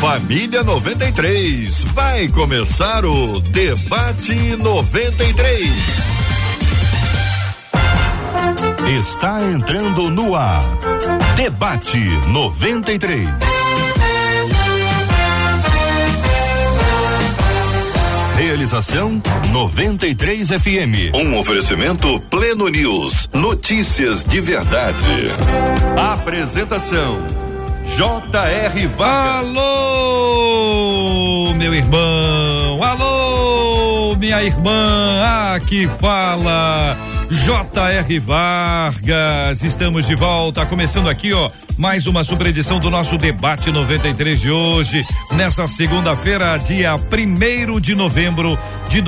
Família 93, vai começar o Debate 93. Está entrando no ar. Debate 93. Realização 93 FM. Um oferecimento Pleno News. Notícias de verdade. Apresentação J.R. Vargas. Alô, meu irmão. Alô, minha irmã. Aqui fala J.R. Vargas. Estamos de volta, começando aqui, mais uma super edição do nosso Debate 93 de hoje, nessa segunda-feira, dia 1º de novembro de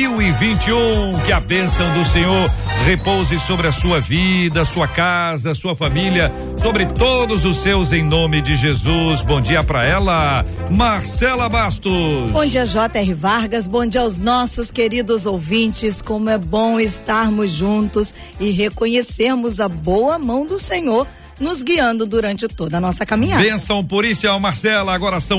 2021. Que a bênção do Senhor repouse sobre a sua vida, sua casa, sua família, sobre todos os seus, em nome de Jesus. Bom dia para ela, Marcela Bastos. Bom dia, J.R. Vargas. Bom dia aos nossos queridos ouvintes. Como é bom estarmos juntos e reconhecermos a boa mão do Senhor nos guiando durante toda a nossa caminhada. Bênção puríssima, Marcela. Agora são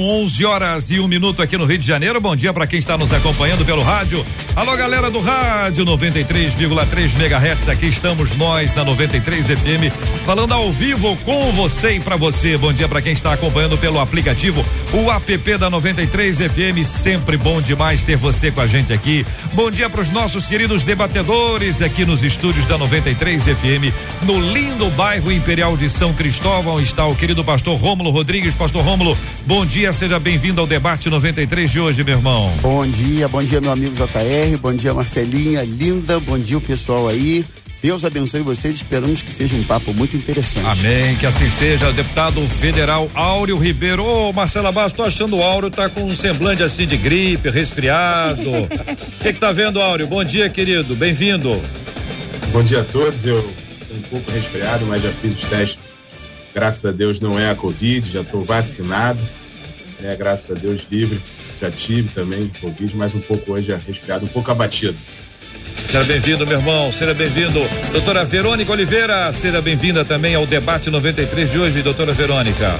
11h01 aqui no Rio de Janeiro. Bom dia para quem está nos acompanhando pelo rádio. Alô, galera do rádio 93,3 MHz. Aqui estamos nós na 93 FM, falando ao vivo com você e para você. Bom dia para quem está acompanhando pelo aplicativo, o app da 93 FM. Sempre bom demais ter você com a gente aqui. Bom dia para os nossos queridos debatedores aqui nos estúdios da 93 FM, no lindo bairro Imperial de São Cristóvão. Está o querido pastor Rômulo Rodrigues. Pastor Rômulo, bom dia, seja bem-vindo ao Debate 93 de hoje, meu irmão. Bom dia meu amigo JR, bom dia Marcelinha, linda, bom dia o pessoal aí. Deus abençoe vocês, esperamos que seja um papo muito interessante. Amém, que assim seja. Deputado federal Áureo Ribeiro. Ô, Marcela Bastos, tô achando o Áureo tá com um semblante assim de gripe, resfriado. O que tá vendo, Áureo? Bom dia, querido, bem-vindo. Bom dia a todos, eu um pouco resfriado, mas já fiz os testes, graças a Deus não é a Covid, já estou vacinado, graças a Deus livre, já tive também Covid, mas um pouco hoje é resfriado, um pouco abatido. Seja bem-vindo, meu irmão, seja bem-vindo. Doutora Verônica Oliveira, seja bem-vinda também ao Debate 93 de hoje, doutora Verônica.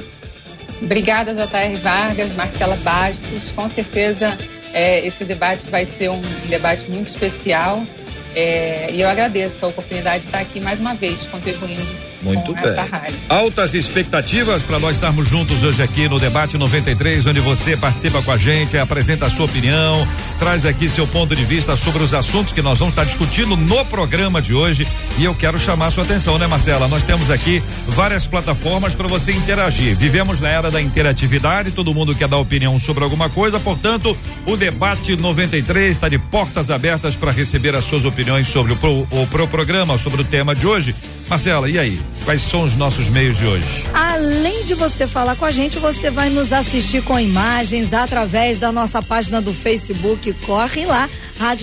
Obrigada, J.R. Vargas, Marcela Bastos, com certeza esse debate vai ser um debate muito especial. E eu agradeço a oportunidade de estar aqui mais uma vez contribuindo muito com bem. essa rádio. Altas expectativas para nós estarmos juntos hoje aqui no Debate 93, onde você participa com a gente, apresenta a sua opinião, traz aqui seu ponto de vista sobre os assuntos que nós vamos estar discutindo no programa de hoje. E eu quero chamar a sua atenção, né, Marcela? Nós temos aqui várias plataformas para você interagir. Vivemos na era da interatividade, todo mundo quer dar opinião sobre alguma coisa, portanto, o Debate 93 está de portas abertas para receber as suas opiniões sobre o programa, sobre o tema de hoje. Marcela, e aí? Quais são os nossos meios de hoje? Além de você falar com a gente, você vai nos assistir com imagens através da nossa página do Facebook. Corre lá, Rádio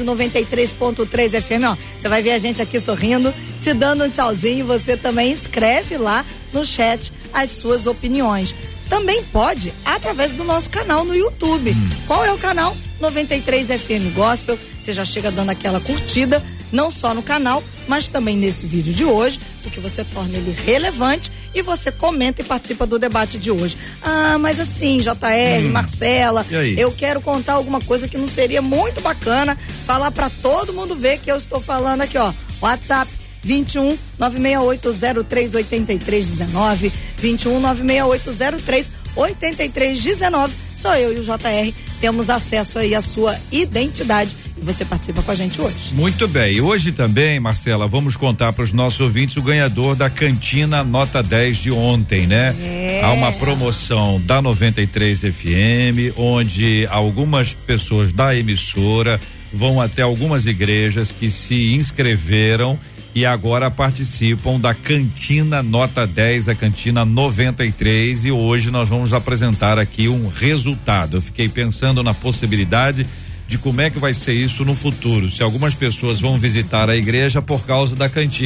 93.3 FM, você vai ver a gente aqui sorrindo, te dando um tchauzinho. Você também escreve lá no chat as suas opiniões. Também pode através do nosso canal no YouTube. Qual é o canal? 93 FM Gospel. Você já chega dando aquela curtida, não só no canal, mas também nesse vídeo de hoje, porque você torna ele relevante e você comenta e participa do debate de hoje. Ah, mas assim, JR, Marcela, eu quero contar alguma coisa que não seria muito bacana falar para todo mundo ver que eu estou falando aqui, WhatsApp 21 968038319, 21 968038319. Só eu e o JR temos acesso aí à sua identidade e você participa com a gente hoje. Muito bem, e hoje também, Marcela, vamos contar para os nossos ouvintes o ganhador da cantina nota 10 de ontem, né? Há uma promoção da 93 FM, onde algumas pessoas da emissora vão até algumas igrejas que se inscreveram e agora participam da cantina nota 10, a cantina 93, e hoje nós vamos apresentar aqui um resultado. Eu fiquei pensando na possibilidade de como é que vai ser isso no futuro, se algumas pessoas vão visitar a igreja por causa da cantina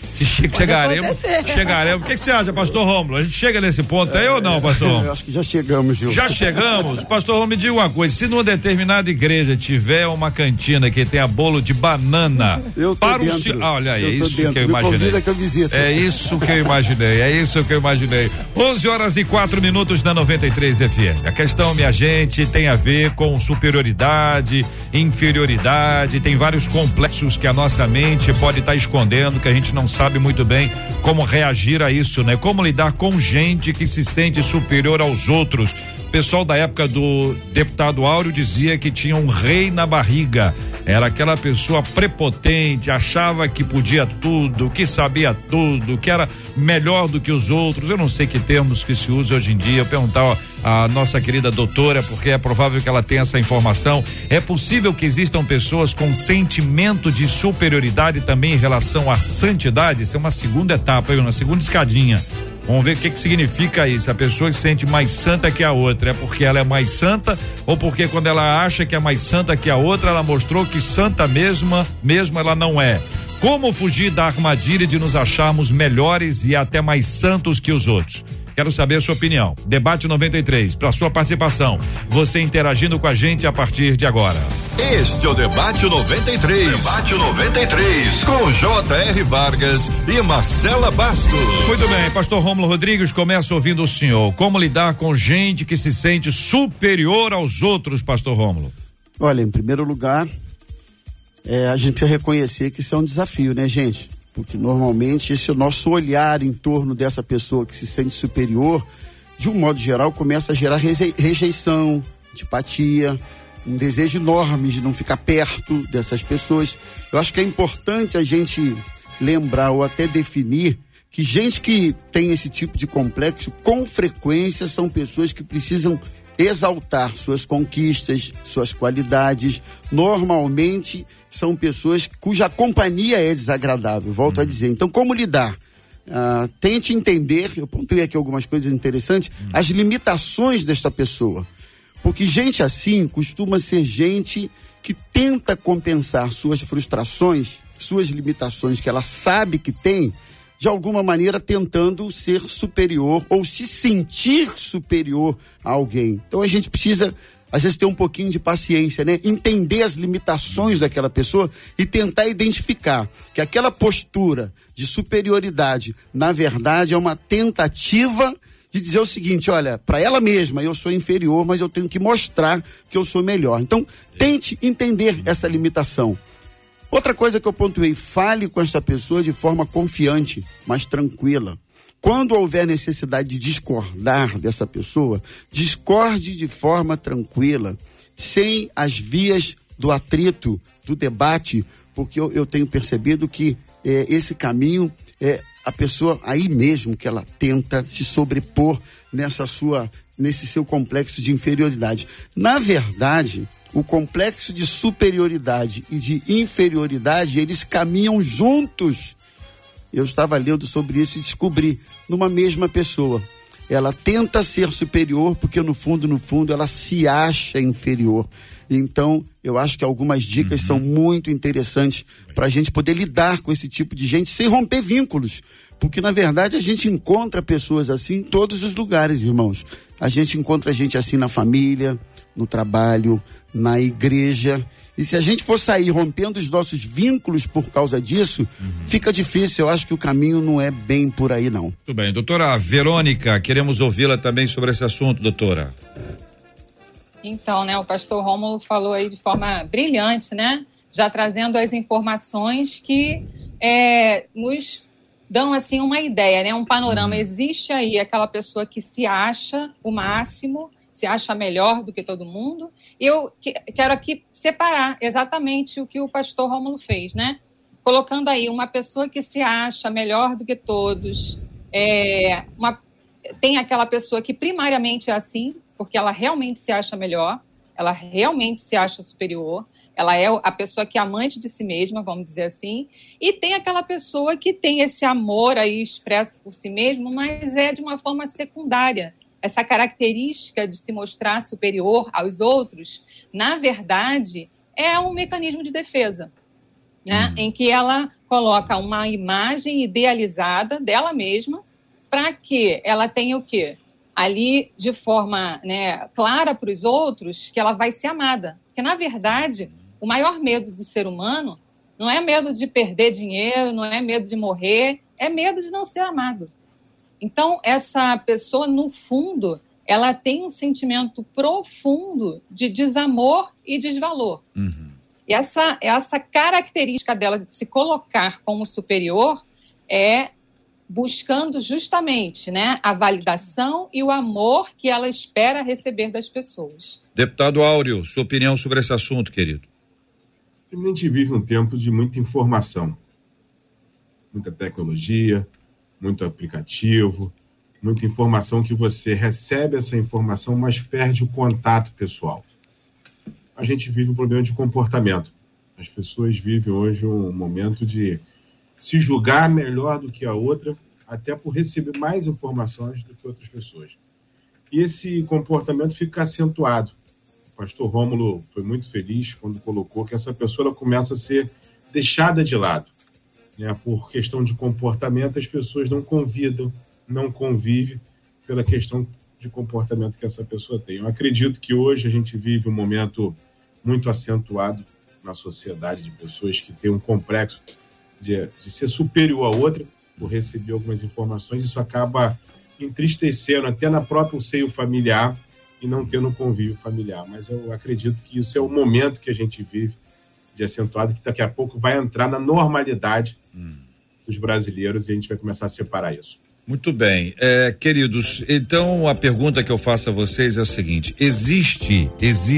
Chegaremos. O que você acha, pastor Rômulo? A gente chega nesse ponto aí ou não, pastor Rômulo? Eu acho que já chegamos, Gil. Já chegamos? Pastor Rômulo, me diga uma coisa, se numa determinada igreja tiver uma cantina que tenha bolo de banana, eu tô para dentro. Olha aí, é isso dentro. que eu imaginei. Convida que eu visito. É isso que eu imaginei. 11h04 na 93 FM. A questão, minha gente, tem a ver com superioridade, inferioridade, tem vários complexos que a nossa mente pode estar escondendo, que a gente não sabe muito bem como reagir a isso, né? Como lidar com gente que se sente superior aos outros. O pessoal da época do deputado Áureo dizia que tinha um rei na barriga. Era aquela pessoa prepotente, achava que podia tudo, que sabia tudo, que era melhor do que os outros. Eu não sei que termos que se usa hoje em dia. Eu perguntar a nossa querida doutora, porque é provável que ela tenha essa informação. É possível que existam pessoas com sentimento de superioridade também em relação à santidade? Isso é uma segunda etapa, uma segunda escadinha. Vamos ver o que significa isso. A pessoa se sente mais santa que a outra, é porque ela é mais santa ou porque quando ela acha que é mais santa que a outra, ela mostrou que santa mesmo ela não é. Como fugir da armadilha de nos acharmos melhores e até mais santos que os outros? Quero saber a sua opinião. Debate 93, para sua participação. Você interagindo com a gente a partir de agora. Este é o Debate 93. Debate 93, com J.R. Vargas e Marcela Bastos. Muito bem, pastor Rômulo Rodrigues, começa ouvindo o senhor. Como lidar com gente que se sente superior aos outros, pastor Rômulo? Olha, em primeiro lugar, a gente precisa reconhecer que isso é um desafio, né, gente? Porque normalmente esse é o nosso olhar em torno dessa pessoa que se sente superior, de um modo geral, começa a gerar rejeição, antipatia, um desejo enorme de não ficar perto dessas pessoas. Eu acho que é importante a gente lembrar ou até definir que gente que tem esse tipo de complexo, com frequência, são pessoas que precisam exaltar suas conquistas, suas qualidades. Normalmente são pessoas cuja companhia é desagradável, volto a dizer. Então, como lidar? Tente entender, eu pontuei aqui algumas coisas interessantes, as limitações desta pessoa. Porque gente assim costuma ser gente que tenta compensar suas frustrações, suas limitações que ela sabe que tem, de alguma maneira tentando ser superior ou se sentir superior a alguém. Então a gente precisa, às vezes, ter um pouquinho de paciência, né? Entender as limitações daquela pessoa e tentar identificar que aquela postura de superioridade, na verdade, é uma tentativa de dizer o seguinte: olha, para ela mesma eu sou inferior, mas eu tenho que mostrar que eu sou melhor. Então, tente entender essa limitação. Outra coisa que eu pontuei: fale com essa pessoa de forma confiante, mas tranquila. Quando houver necessidade de discordar dessa pessoa, discorde de forma tranquila, sem as vias do atrito, do debate, porque eu tenho percebido que esse caminho a pessoa aí mesmo que ela tenta se sobrepor nesse seu complexo de inferioridade. Na verdade, o complexo de superioridade e de inferioridade, eles caminham juntos. Eu estava lendo sobre isso e descobri, numa mesma pessoa. Ela tenta ser superior porque no fundo ela se acha inferior. Então, eu acho que algumas dicas são muito interessantes para a gente poder lidar com esse tipo de gente sem romper vínculos. Porque, na verdade, a gente encontra pessoas assim em todos os lugares, irmãos. A gente encontra gente assim na família, no trabalho, na igreja. E se a gente for sair rompendo os nossos vínculos por causa disso, fica difícil. Eu acho que o caminho não é bem por aí, não. Muito bem. Doutora Verônica, queremos ouvi-la também sobre esse assunto, doutora. Então, né, o pastor Rômulo falou aí de forma brilhante, né? Já trazendo as informações que nos dão, assim, uma ideia, né? Um panorama. Existe aí aquela pessoa que se acha o máximo, se acha melhor do que todo mundo. Eu quero aqui separar exatamente o que o pastor Rômulo fez, né? Colocando aí uma pessoa que se acha melhor do que todos. Tem aquela pessoa que primariamente é assim, porque ela realmente se acha melhor, ela realmente se acha superior, ela é a pessoa que é amante de si mesma, vamos dizer assim, e tem aquela pessoa que tem esse amor aí expresso por si mesmo, mas é de uma forma secundária. Essa característica de se mostrar superior aos outros, na verdade, é um mecanismo de defesa, né? Em que ela coloca uma imagem idealizada dela mesma para que ela tenha o quê? Ali, de forma, né, clara para os outros, que ela vai ser amada. Porque, na verdade, o maior medo do ser humano não é medo de perder dinheiro, não é medo de morrer, é medo de não ser amado. Então, essa pessoa, no fundo, ela tem um sentimento profundo de desamor e desvalor. E essa característica dela de se colocar como superior é buscando justamente, né, a validação e o amor que ela espera receber das pessoas. Deputado Áureo, sua opinião sobre esse assunto, querido? A gente vive um tempo de muita informação, muita tecnologia, muito aplicativo, muita informação que você recebe essa informação, mas perde o contato pessoal. A gente vive um problema de comportamento. As pessoas vivem hoje um momento de se julgar melhor do que a outra, até por receber mais informações do que outras pessoas. E esse comportamento fica acentuado. O pastor Rômulo foi muito feliz quando colocou que essa pessoa ela começa a ser deixada de lado. Né? Por questão de comportamento, as pessoas não convidam, não convivem pela questão de comportamento que essa pessoa tem. Eu acredito que hoje a gente vive um momento muito acentuado na sociedade de pessoas que têm um complexo de ser superior a outra, por receber algumas informações. Isso acaba entristecendo até na própria seio familiar e não tendo convívio familiar. Mas eu acredito que isso é o momento que a gente vive de acentuado, que daqui a pouco vai entrar na normalidade dos brasileiros e a gente vai começar a separar isso. Muito bem, queridos, então a pergunta que eu faço a vocês é o seguinte: existe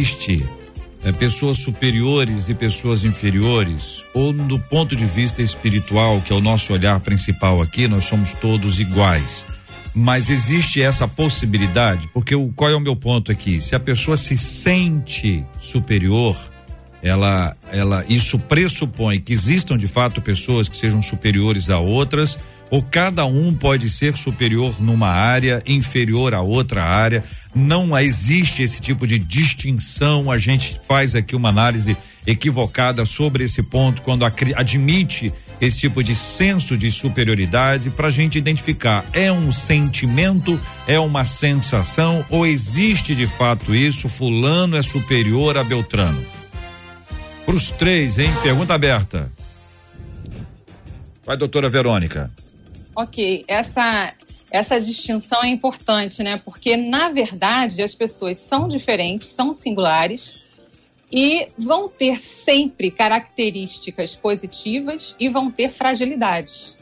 pessoas superiores e pessoas inferiores, ou do ponto de vista espiritual, que é o nosso olhar principal aqui, nós somos todos iguais, mas existe essa possibilidade? Porque qual é o meu ponto aqui? Se a pessoa se sente superior, isso pressupõe que existam de fato pessoas que sejam superiores a outras, ou cada um pode ser superior numa área, inferior a outra área. Não existe esse tipo de distinção. A gente faz aqui uma análise equivocada sobre esse ponto quando admite esse tipo de senso de superioridade, para a gente identificar: é um sentimento, é uma sensação, ou existe de fato isso? Fulano é superior a Beltrano. Para os três, hein? Pergunta aberta. Vai, doutora Verônica. Ok, essa distinção é importante, né? Porque, na verdade, as pessoas são diferentes, são singulares e vão ter sempre características positivas e vão ter fragilidades.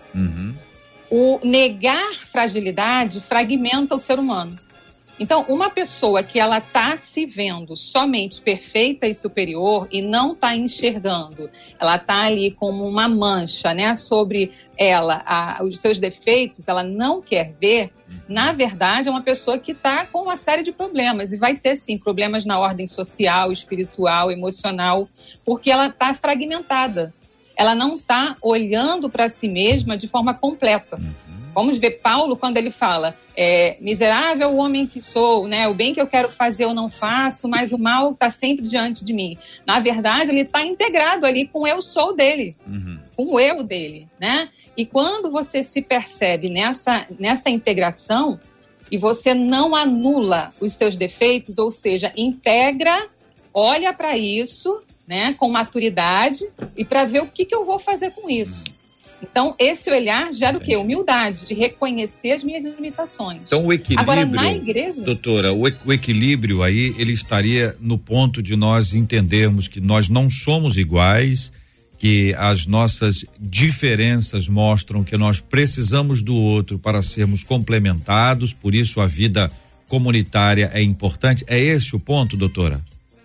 O negar fragilidade fragmenta o ser humano. Então, uma pessoa que ela está se vendo somente perfeita e superior e não está enxergando, ela está ali como uma mancha, né, sobre ela, os seus defeitos, ela não quer ver, na verdade é uma pessoa que está com uma série de problemas e vai ter sim problemas na ordem social, espiritual, emocional, porque ela está fragmentada. Ela não está olhando para si mesma de forma completa. Vamos ver Paulo quando ele fala: miserável o homem que sou, né? O bem que eu quero fazer eu não faço, mas o mal está sempre diante de mim. Na verdade, ele está integrado ali com o eu sou dele, com o eu dele, né? E quando você se percebe nessa integração e você não anula os seus defeitos, ou seja, integra, olha para isso, né, com maturidade e para ver o que eu vou fazer com isso. Então, esse olhar gera o quê? Humildade, de reconhecer as minhas limitações. Então, o equilíbrio, agora, na igreja... Doutora, o equilíbrio aí, ele estaria no ponto de nós entendermos que nós não somos iguais, que as nossas diferenças mostram que nós precisamos do outro para sermos complementados, por isso a vida comunitária é importante. É esse o ponto, doutora?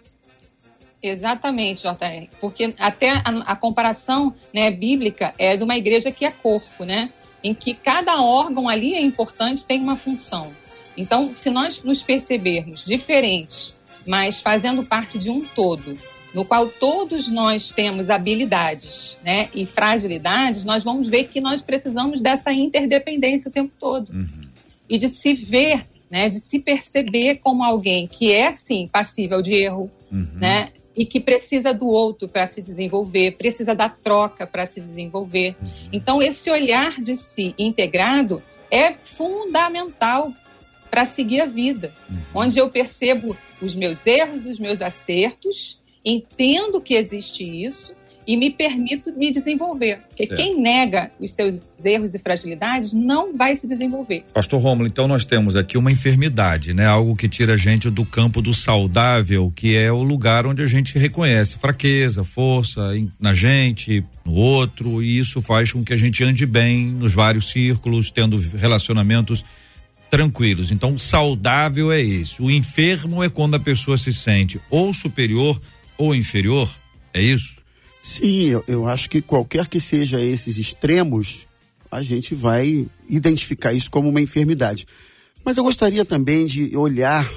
Exatamente, JR, porque até a comparação, né, bíblica é de uma igreja que é corpo, né, em que cada órgão ali é importante, tem uma função. Então, se nós nos percebermos diferentes, mas fazendo parte de um todo, no qual todos nós temos habilidades, né, e fragilidades, nós vamos ver que nós precisamos dessa interdependência o tempo todo. E de se ver, né, de se perceber como alguém que é, sim, passível de erro, né, e que precisa do outro para se desenvolver, precisa da troca para se desenvolver. Então, esse olhar de si integrado é fundamental para seguir a vida, onde eu percebo os meus erros, os meus acertos, entendo que existe isso e me permito me desenvolver. Porque quem nega os seus erros e fragilidades não vai se desenvolver. Pastor Rômulo, então nós temos aqui uma enfermidade, né? Algo que tira a gente do campo do saudável, que é o lugar onde a gente reconhece fraqueza, força na gente, no outro, e isso faz com que a gente ande bem nos vários círculos, tendo relacionamentos tranquilos. Então, saudável é isso. O enfermo é quando a pessoa se sente ou superior ou inferior, é isso? Sim, eu acho que qualquer que seja esses extremos, a gente vai identificar isso como uma enfermidade. Mas eu gostaria também de olhar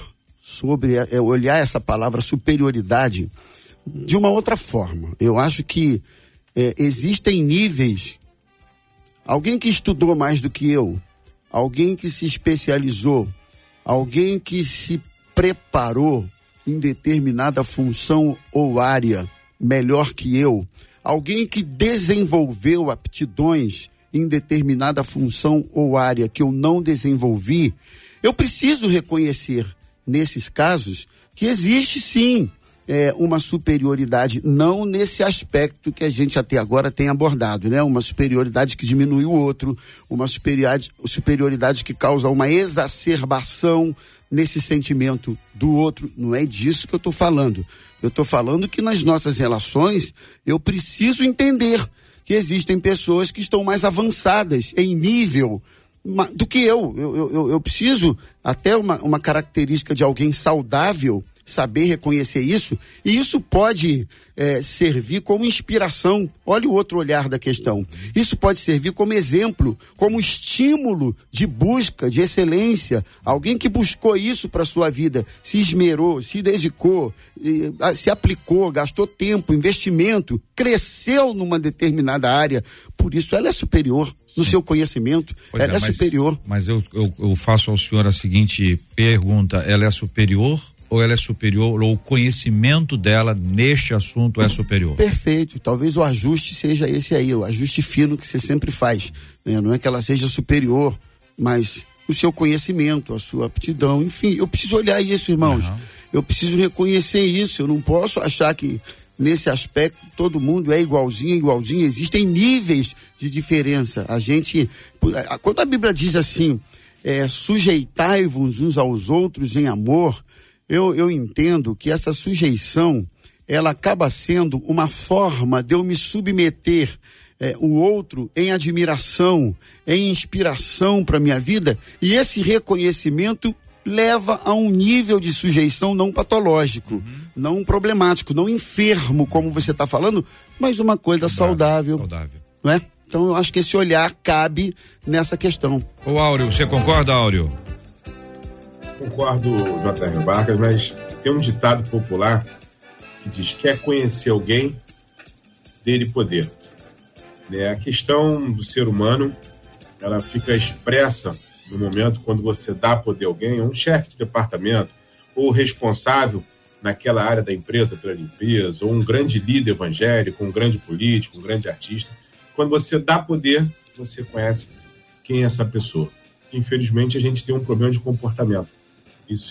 essa palavra superioridade de uma outra forma. Eu acho que existem níveis. Alguém que estudou mais do que eu, alguém que se especializou, alguém que se preparou em determinada função ou área melhor que eu, alguém que desenvolveu aptidões em determinada função ou área que eu não desenvolvi, eu preciso reconhecer nesses casos que existe sim uma superioridade, não nesse aspecto que a gente até agora tem abordado, né? Uma superioridade que diminui o outro, uma superioridade que causa uma exacerbação nesse sentimento do outro. Não é disso que eu estou falando. Eu estou falando que nas nossas relações eu preciso entender que existem pessoas que estão mais avançadas em nível do que eu. Eu preciso, até uma característica de alguém saudável, saber reconhecer isso, e isso pode servir como inspiração. Olha o outro olhar da questão. Isso pode servir como exemplo, como estímulo de busca, de excelência. Alguém que buscou isso para sua vida, se esmerou, se dedicou, se aplicou, gastou tempo, investimento, cresceu numa determinada área. Por isso ela é superior. No seu conhecimento, ela é superior. Mas eu faço ao senhor a seguinte pergunta: ela é superior ou ela é superior, ou o conhecimento dela neste assunto é superior? Perfeito, talvez o ajuste seja esse aí, o ajuste fino que você sempre faz, né? Não é que ela seja superior, mas o seu conhecimento, a sua aptidão, enfim, eu preciso olhar isso, irmãos, eu preciso reconhecer isso, eu não posso achar que nesse aspecto todo mundo é igualzinho, existem níveis de diferença. A gente, quando a Bíblia diz assim, sujeitai-vos uns aos outros em amor, eu entendo que essa sujeição, ela acaba sendo uma forma de eu me submeter o outro em admiração, em inspiração para minha vida, e esse reconhecimento leva a um nível de sujeição não patológico, não problemático, não enfermo, como você está falando, mas uma coisa saudável. Não é? Então eu acho que esse olhar cabe nessa questão. Ô Áureo, você concorda, Áureo? Concordo, J.R. Vargas, mas tem um ditado popular que diz: quer conhecer alguém, dele poder. A questão do ser humano, ela fica expressa no momento quando você dá poder a alguém, um chefe de departamento, ou responsável naquela área da empresa pela limpeza, ou um grande líder evangélico, um grande político, um grande artista. Quando você dá poder, você conhece quem é essa pessoa. Infelizmente, a gente tem um problema de comportamento. Isso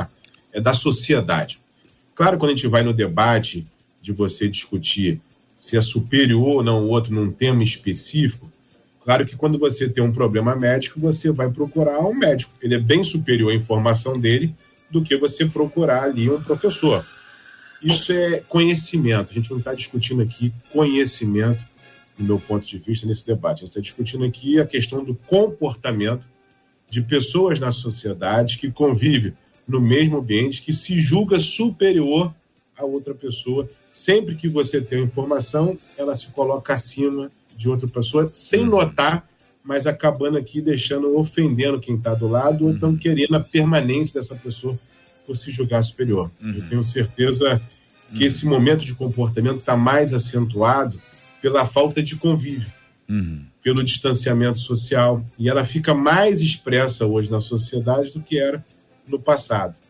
é da sociedade. Claro, quando a gente vai no debate de você discutir se é superior ou não o outro num tema específico, claro que quando você tem um problema médico, você vai procurar um médico. Ele é bem superior à informação dele do que você procurar ali um professor. Isso é conhecimento. A gente não está discutindo aqui conhecimento, do meu ponto de vista, nesse debate. A gente está discutindo aqui a questão do comportamento de pessoas na sociedade que convivem no mesmo ambiente, que se julga superior a outra pessoa. Sempre que você tem informação, ela se coloca acima de outra pessoa, sem notar, mas acabando aqui ofendendo quem está do lado, ou então querendo a permanência dessa pessoa por se julgar superior. Eu tenho certeza que esse momento de comportamento está mais acentuado pela falta de convívio, pelo distanciamento social, e ela fica mais expressa hoje na sociedade do que era no passado.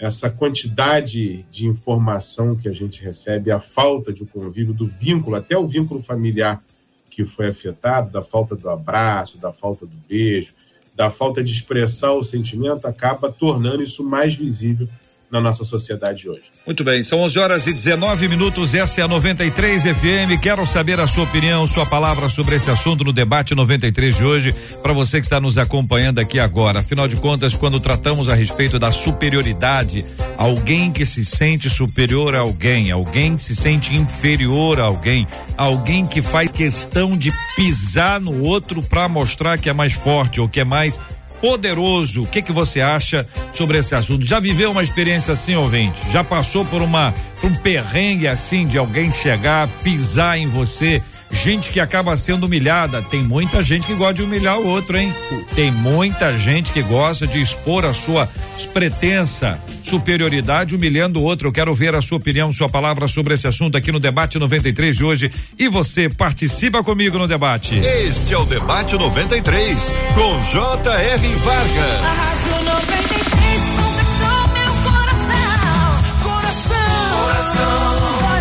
essa quantidade de informação que a gente recebe, a falta de convívio, do vínculo, até o vínculo familiar que foi afetado, da falta do abraço, da falta do beijo, da falta de expressar o sentimento, acaba tornando isso mais visível na nossa sociedade hoje. Muito bem, são 11h19, essa é a 93 FM. Quero saber a sua opinião, sua palavra sobre esse assunto no debate 93 de hoje, para você que está nos acompanhando aqui agora. Afinal de contas, quando tratamos a respeito da superioridade, alguém que se sente superior a alguém, alguém que se sente inferior a alguém, alguém que faz questão de pisar no outro para mostrar que é mais forte ou que é mais poderoso. O que você acha sobre esse assunto? Já viveu uma experiência assim, ouvinte? Já passou por um perrengue assim de alguém chegar, pisar em você? Gente que acaba sendo humilhada. Tem muita gente que gosta de humilhar o outro, hein? Tem muita gente que gosta de expor a sua pretensa superioridade humilhando o outro. Eu quero ver a sua opinião, sua palavra sobre esse assunto aqui no debate 93 de hoje. E você participa comigo no debate. Este é o debate 93 com J.R. Vargas. A Rádio 93 conquistou meu coração.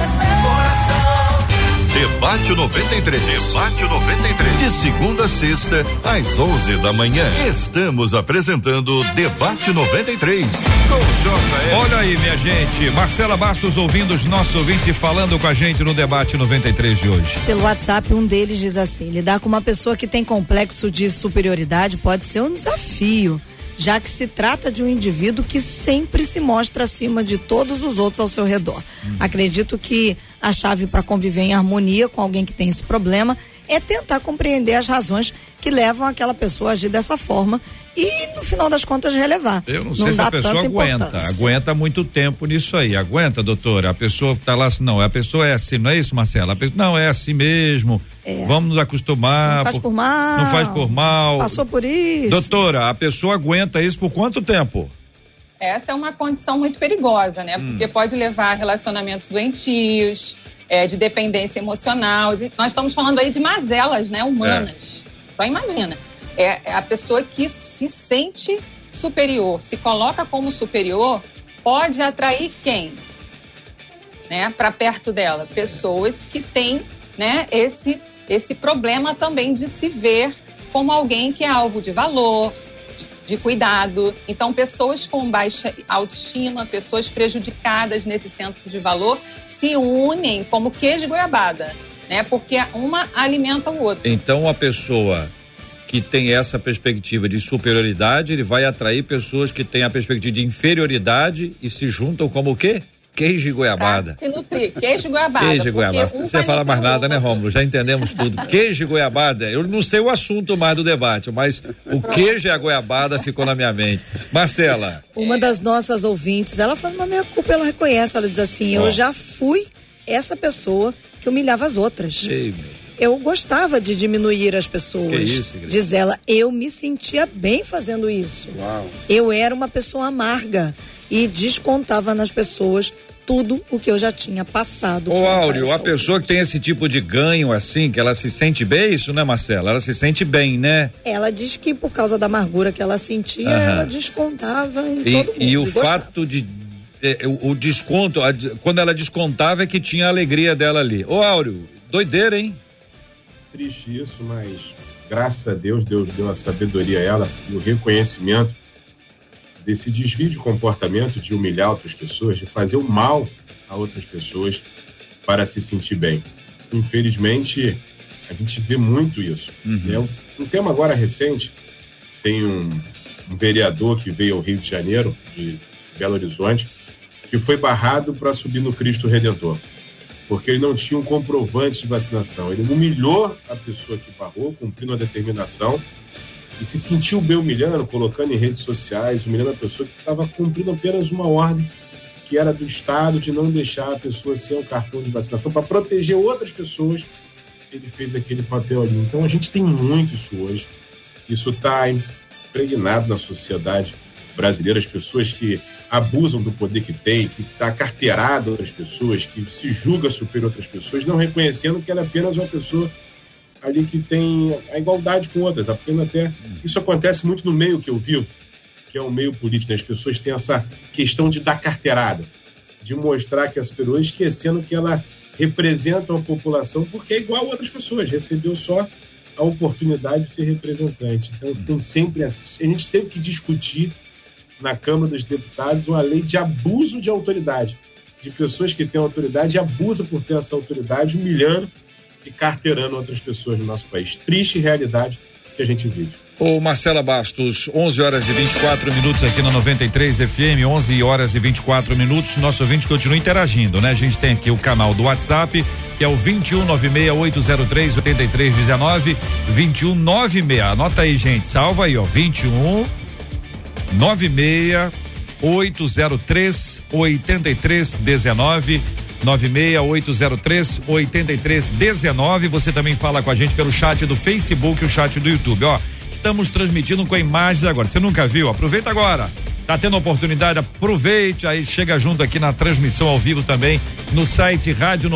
Debate 93. Debate 93. De segunda a sexta, às 11 da manhã. Estamos apresentando Debate 93 com J.R. Olha aí, minha gente. Marcela Bastos ouvindo os nossos ouvintes e falando com a gente no Debate 93 de hoje. Pelo WhatsApp, um deles diz assim: lidar com uma pessoa que tem complexo de superioridade pode ser um desafio, já que se trata de um indivíduo que sempre se mostra acima de todos os outros ao seu redor. Acredito que a chave para conviver em harmonia com alguém que tem esse problema é tentar compreender as razões que levam aquela pessoa a agir dessa forma e, no final das contas, relevar. Eu não sei se a pessoa aguenta muito tempo nisso aí. Aguenta, doutora? A pessoa tá lá assim, não, a pessoa é assim, não é isso, Marcela? Não, é assim mesmo. Vamos nos acostumar. Não faz por mal. Não faz por mal. Passou por isso. Doutora, a pessoa aguenta isso por quanto tempo? Essa é uma condição muito perigosa, né? Porque pode levar a relacionamentos doentios, de dependência emocional. Nós estamos falando aí de mazelas, né? Humanas. Só imagina. É a pessoa que se sente superior, se coloca como superior, pode atrair quem? Né? Para perto dela. Pessoas que têm, né, esse problema também de se ver como alguém que é alvo de valor, de cuidado. Então, pessoas com baixa autoestima, pessoas prejudicadas nesse senso de valor, se unem como queijo e goiabada, né? Porque uma alimenta o outro. Então, a pessoa que tem essa perspectiva de superioridade, ele vai atrair pessoas que têm a perspectiva de inferioridade e se juntam como o quê? Queijo e goiabada. Se nutrir, queijo e goiabada. Queijo e goiabada. Não precisa falar mais nada, né, Rômulo? Já entendemos tudo. Queijo e goiabada, eu não sei o assunto mais do debate, mas o queijo e a goiabada ficou na minha mente. Marcela. Uma das nossas ouvintes, ela fala, na minha culpa, ela reconhece, ela diz assim, eu já fui essa pessoa que humilhava as outras. Eu gostava de diminuir as pessoas. Que isso, diz ela, eu me sentia bem fazendo isso. Uau. Eu era uma pessoa amarga e descontava nas pessoas tudo o que eu já tinha passado. Ô Áureo, a pessoa que tem esse tipo de ganho assim, que ela se sente bem, isso, né, Marcela? Ela se sente bem, né? Ela diz que por causa da amargura que ela sentia, ela descontava em todo mundo. E o fato de o desconto, quando ela descontava é que tinha a alegria dela ali. Ô Áureo, doideira, hein? Triste isso, mas graças a Deus, Deus deu a sabedoria a ela e o reconhecimento desse desvio de comportamento, de humilhar outras pessoas, de fazer o mal a outras pessoas para se sentir bem. Infelizmente, a gente vê muito isso. Um tema agora recente, tem um vereador que veio ao Rio de Janeiro, de Belo Horizonte, que foi barrado para subir no Cristo Redentor, porque ele não tinha um comprovante de vacinação. Ele humilhou a pessoa que barrou, cumprindo a determinação, e se sentiu bem humilhando, colocando em redes sociais, humilhando a pessoa que estava cumprindo apenas uma ordem que era do Estado de não deixar a pessoa sem o cartão de vacinação para proteger outras pessoas. Ele fez aquele papel ali. Então a gente tem muito isso hoje. Isso está impregnado na sociedade brasileira. As pessoas que abusam do poder que tem, que está carteirado outras pessoas, que se julga superior a outras pessoas, não reconhecendo que ela é apenas uma pessoa ali que tem a igualdade com outras, apenas até. Isso acontece muito no meio que eu vivo, que é um meio político, né? As pessoas têm essa questão de dar carteirada, de mostrar que é superior, esquecendo que ela representa a população, porque é igual a outras pessoas, recebeu só a oportunidade de ser representante. Então, tem sempre, a gente teve que discutir na Câmara dos Deputados uma lei de abuso de autoridade, de pessoas que têm autoridade e abusam por ter essa autoridade, humilhando e carteirando outras pessoas no nosso país. Triste realidade que a gente vive. Ô Marcela Bastos, 11 horas e 24 minutos aqui na 93 FM, 11 horas e 24 minutos. Nosso ouvinte continua interagindo, né? A gente tem aqui o canal do WhatsApp, que é o 2196-803-8319, 2196. Anota aí, gente, salva aí, ó, 2196-803-8319, 96803-8319. Você também fala com a gente pelo chat do Facebook e o chat do YouTube, ó. Estamos transmitindo com imagens agora. Você nunca viu? Aproveita agora. Tá tendo oportunidade, aproveite, aí chega junto aqui na transmissão ao vivo também no site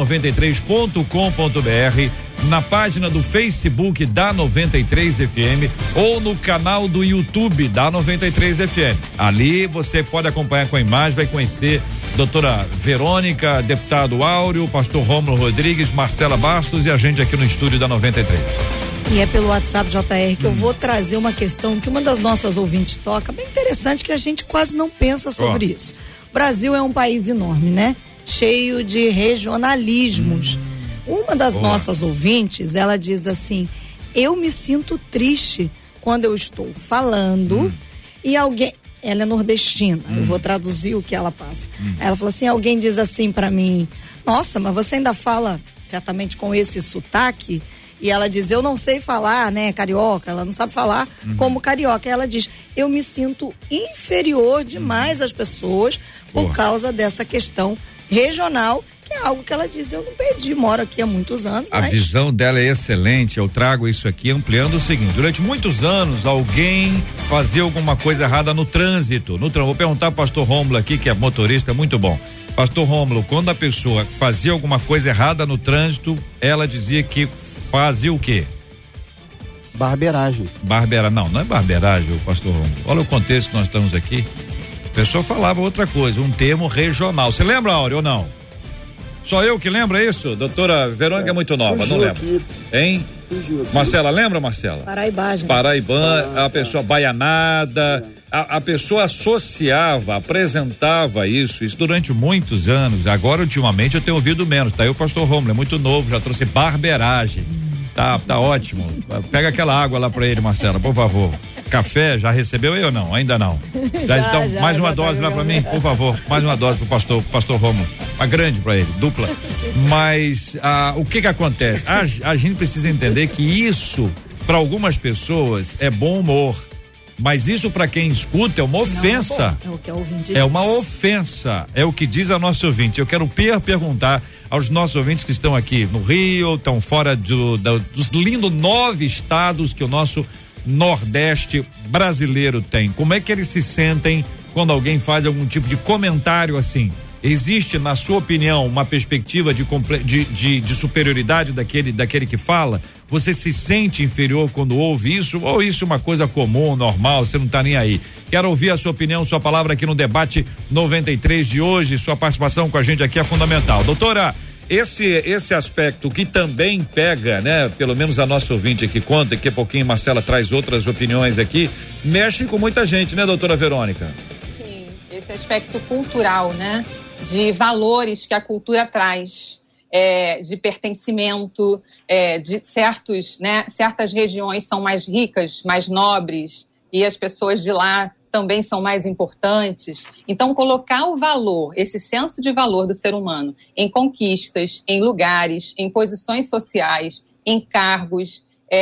radio93.com.br, na página do Facebook da 93 FM ou no canal do YouTube da 93 FM. Ali você pode acompanhar com a imagem, vai conhecer doutora Verônica, deputado Áureo, pastor Rômulo Rodrigues, Marcela Bastos e a gente aqui no estúdio da 93. E é pelo WhatsApp, JR, que eu vou trazer uma questão que uma das nossas ouvintes toca, bem interessante, que a gente quase não pensa sobre isso. O Brasil é um país enorme, né? Cheio de regionalismos. Uma das nossas ouvintes, ela diz assim: eu me sinto triste quando eu estou falando e alguém... Ela é nordestina, eu vou traduzir o que ela passa. Ela falou assim, alguém diz assim pra mim: nossa, mas você ainda fala certamente com esse sotaque? E ela diz, eu não sei falar, né, carioca, ela não sabe falar como carioca. E ela diz, eu me sinto inferior demais às pessoas por causa dessa questão regional, que é algo que ela diz, eu não perdi, moro aqui há muitos anos. A visão dela é excelente, eu trago isso aqui ampliando o seguinte: durante muitos anos alguém fazia alguma coisa errada no trânsito. Vou perguntar pro pastor Rômulo aqui, que é motorista, muito bom. Pastor Rômulo, quando a pessoa fazia alguma coisa errada no trânsito, ela dizia que fazia o quê? Barbeiragem. Não é barbeiragem, pastor Rômulo. Olha o contexto que nós estamos aqui. A pessoa falava outra coisa, um termo regional. Você lembra, Áureo, ou não? Só eu que lembro isso? Doutora Verônica é muito nova, não lembra? Hein? Marcela, lembra, Marcela? Paraibana, a pessoa baianada, a pessoa associava, apresentava isso durante muitos anos. Agora, ultimamente, eu tenho ouvido menos. Tá aí o pastor Rômulo, é muito novo, já trouxe barbeiragem. Tá ótimo. Pega aquela água lá pra ele, Marcela, por favor. Café, já recebeu eu ou não? Ainda não. Então, mais uma dose lá pra mim, por favor. Mais uma dose pro pastor Rômulo. Uma grande pra ele, dupla. Mas o que acontece? A gente precisa entender que isso, para algumas pessoas, é bom humor. Mas isso para quem escuta é uma ofensa. Não, é o que a ouvinte diz. É uma ofensa. É o que diz a nossa ouvinte. Eu quero perguntar aos nossos ouvintes que estão aqui no Rio, estão fora dos lindos 9 estados que o nosso Nordeste brasileiro tem. Como é que eles se sentem quando alguém faz algum tipo de comentário assim? Existe, na sua opinião, uma perspectiva de superioridade daquele que fala? Você se sente inferior quando ouve isso? Ou isso é uma coisa comum, normal, você não tá nem aí? Quero ouvir a sua opinião, sua palavra aqui no debate 93 de hoje. Sua participação com a gente aqui é fundamental. Doutora, esse aspecto que também pega, né? Pelo menos a nossa ouvinte aqui conta, daqui a pouquinho Marcela traz outras opiniões aqui, mexe com muita gente, né, doutora Verônica? Sim, esse aspecto cultural, né? De valores que a cultura traz, de pertencimento, de certas regiões são mais ricas, mais nobres, e as pessoas de lá também são mais importantes. Então, colocar o valor, esse senso de valor do ser humano em conquistas, em lugares, em posições sociais, em cargos,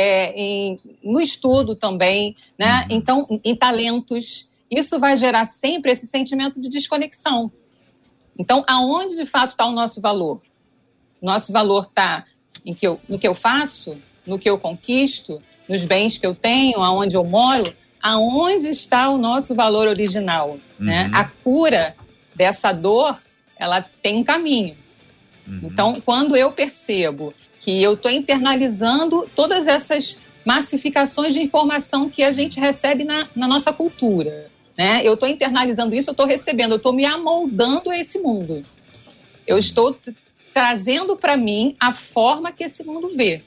no estudo também, né? Então, em talentos, isso vai gerar sempre esse sentimento de desconexão. Então, aonde de fato está o nosso valor? Nosso valor está no que eu faço, no que eu conquisto, nos bens que eu tenho, aonde eu moro. Aonde está o nosso valor original? Né? A cura dessa dor, ela tem um caminho. Então, quando eu percebo que eu estou internalizando todas essas massificações de informação que a gente recebe na nossa cultura, né? Eu estou internalizando isso, eu estou recebendo, eu estou me amoldando a esse mundo. Eu estou trazendo para mim a forma que esse mundo vê.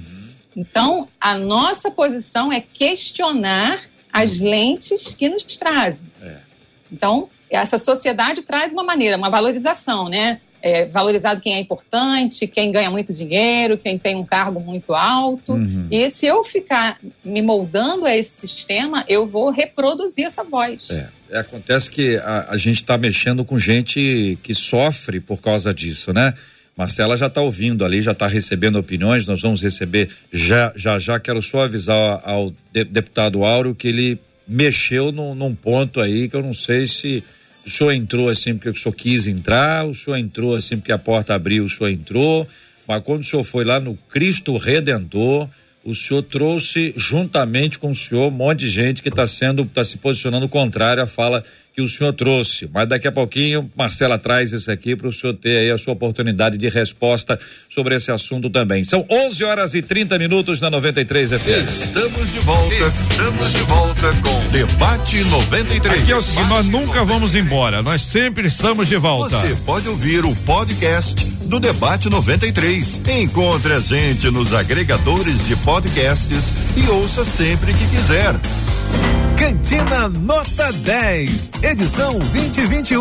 Então, a nossa posição é questionar as lentes que nos trazem. Então, essa sociedade traz uma maneira, uma valorização, né? Valorizado quem é importante, quem ganha muito dinheiro, quem tem um cargo muito alto. E se eu ficar me moldando a esse sistema, eu vou reproduzir essa voz. Acontece que a gente está mexendo com gente que sofre por causa disso, né? Marcela já está ouvindo ali, já está recebendo opiniões, nós vamos receber já quero só avisar ao deputado Áureo que ele mexeu num ponto aí que eu não sei se o senhor entrou assim porque o senhor quis entrar, o senhor entrou assim porque a porta abriu, o senhor entrou, mas quando o senhor foi lá no Cristo Redentor, o senhor trouxe juntamente com o senhor um monte de gente que está se posicionando contrário à fala que o senhor trouxe, mas daqui a pouquinho Marcela traz isso aqui para o senhor ter aí a sua oportunidade de resposta sobre esse assunto também. São 11h30 na 93 FM. Estamos de volta com Debate 93. Aqui é o seguinte, nós nunca vamos embora, nós sempre estamos de volta. Você pode ouvir o podcast do Debate 93. Encontre a gente nos agregadores de podcasts e ouça sempre que quiser. Cantina Nota 10, edição 2021.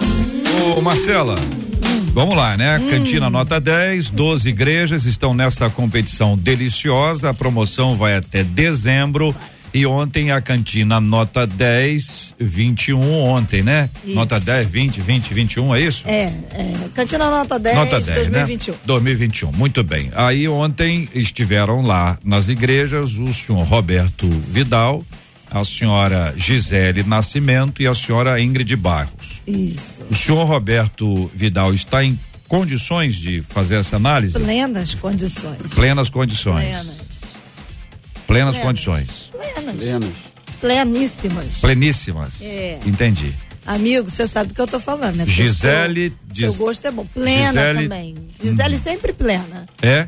Ô Marcela, vamos lá, né? Cantina Nota 10, 12 igrejas estão nessa competição deliciosa, a promoção vai até dezembro e ontem a Cantina Nota 10, 21 ontem, né? Isso. Nota 10, 20, 21, é isso? Cantina Nota 10, Nota 10 2021. Né? 2021, muito bem. Aí ontem estiveram lá nas igrejas o senhor Roberto Vidal, a senhora Gisele Nascimento e a senhora Ingrid Barros. Isso. O senhor Roberto Vidal está em condições de fazer essa análise? Plenas condições. Plenas condições. Plenas condições. Pleníssimas. Pleníssimas. Entendi. Amigo, você sabe do que eu tô falando, né? Gisele. Seu gosto é bom. Plena Gisele, também. Gisele sempre plena. É?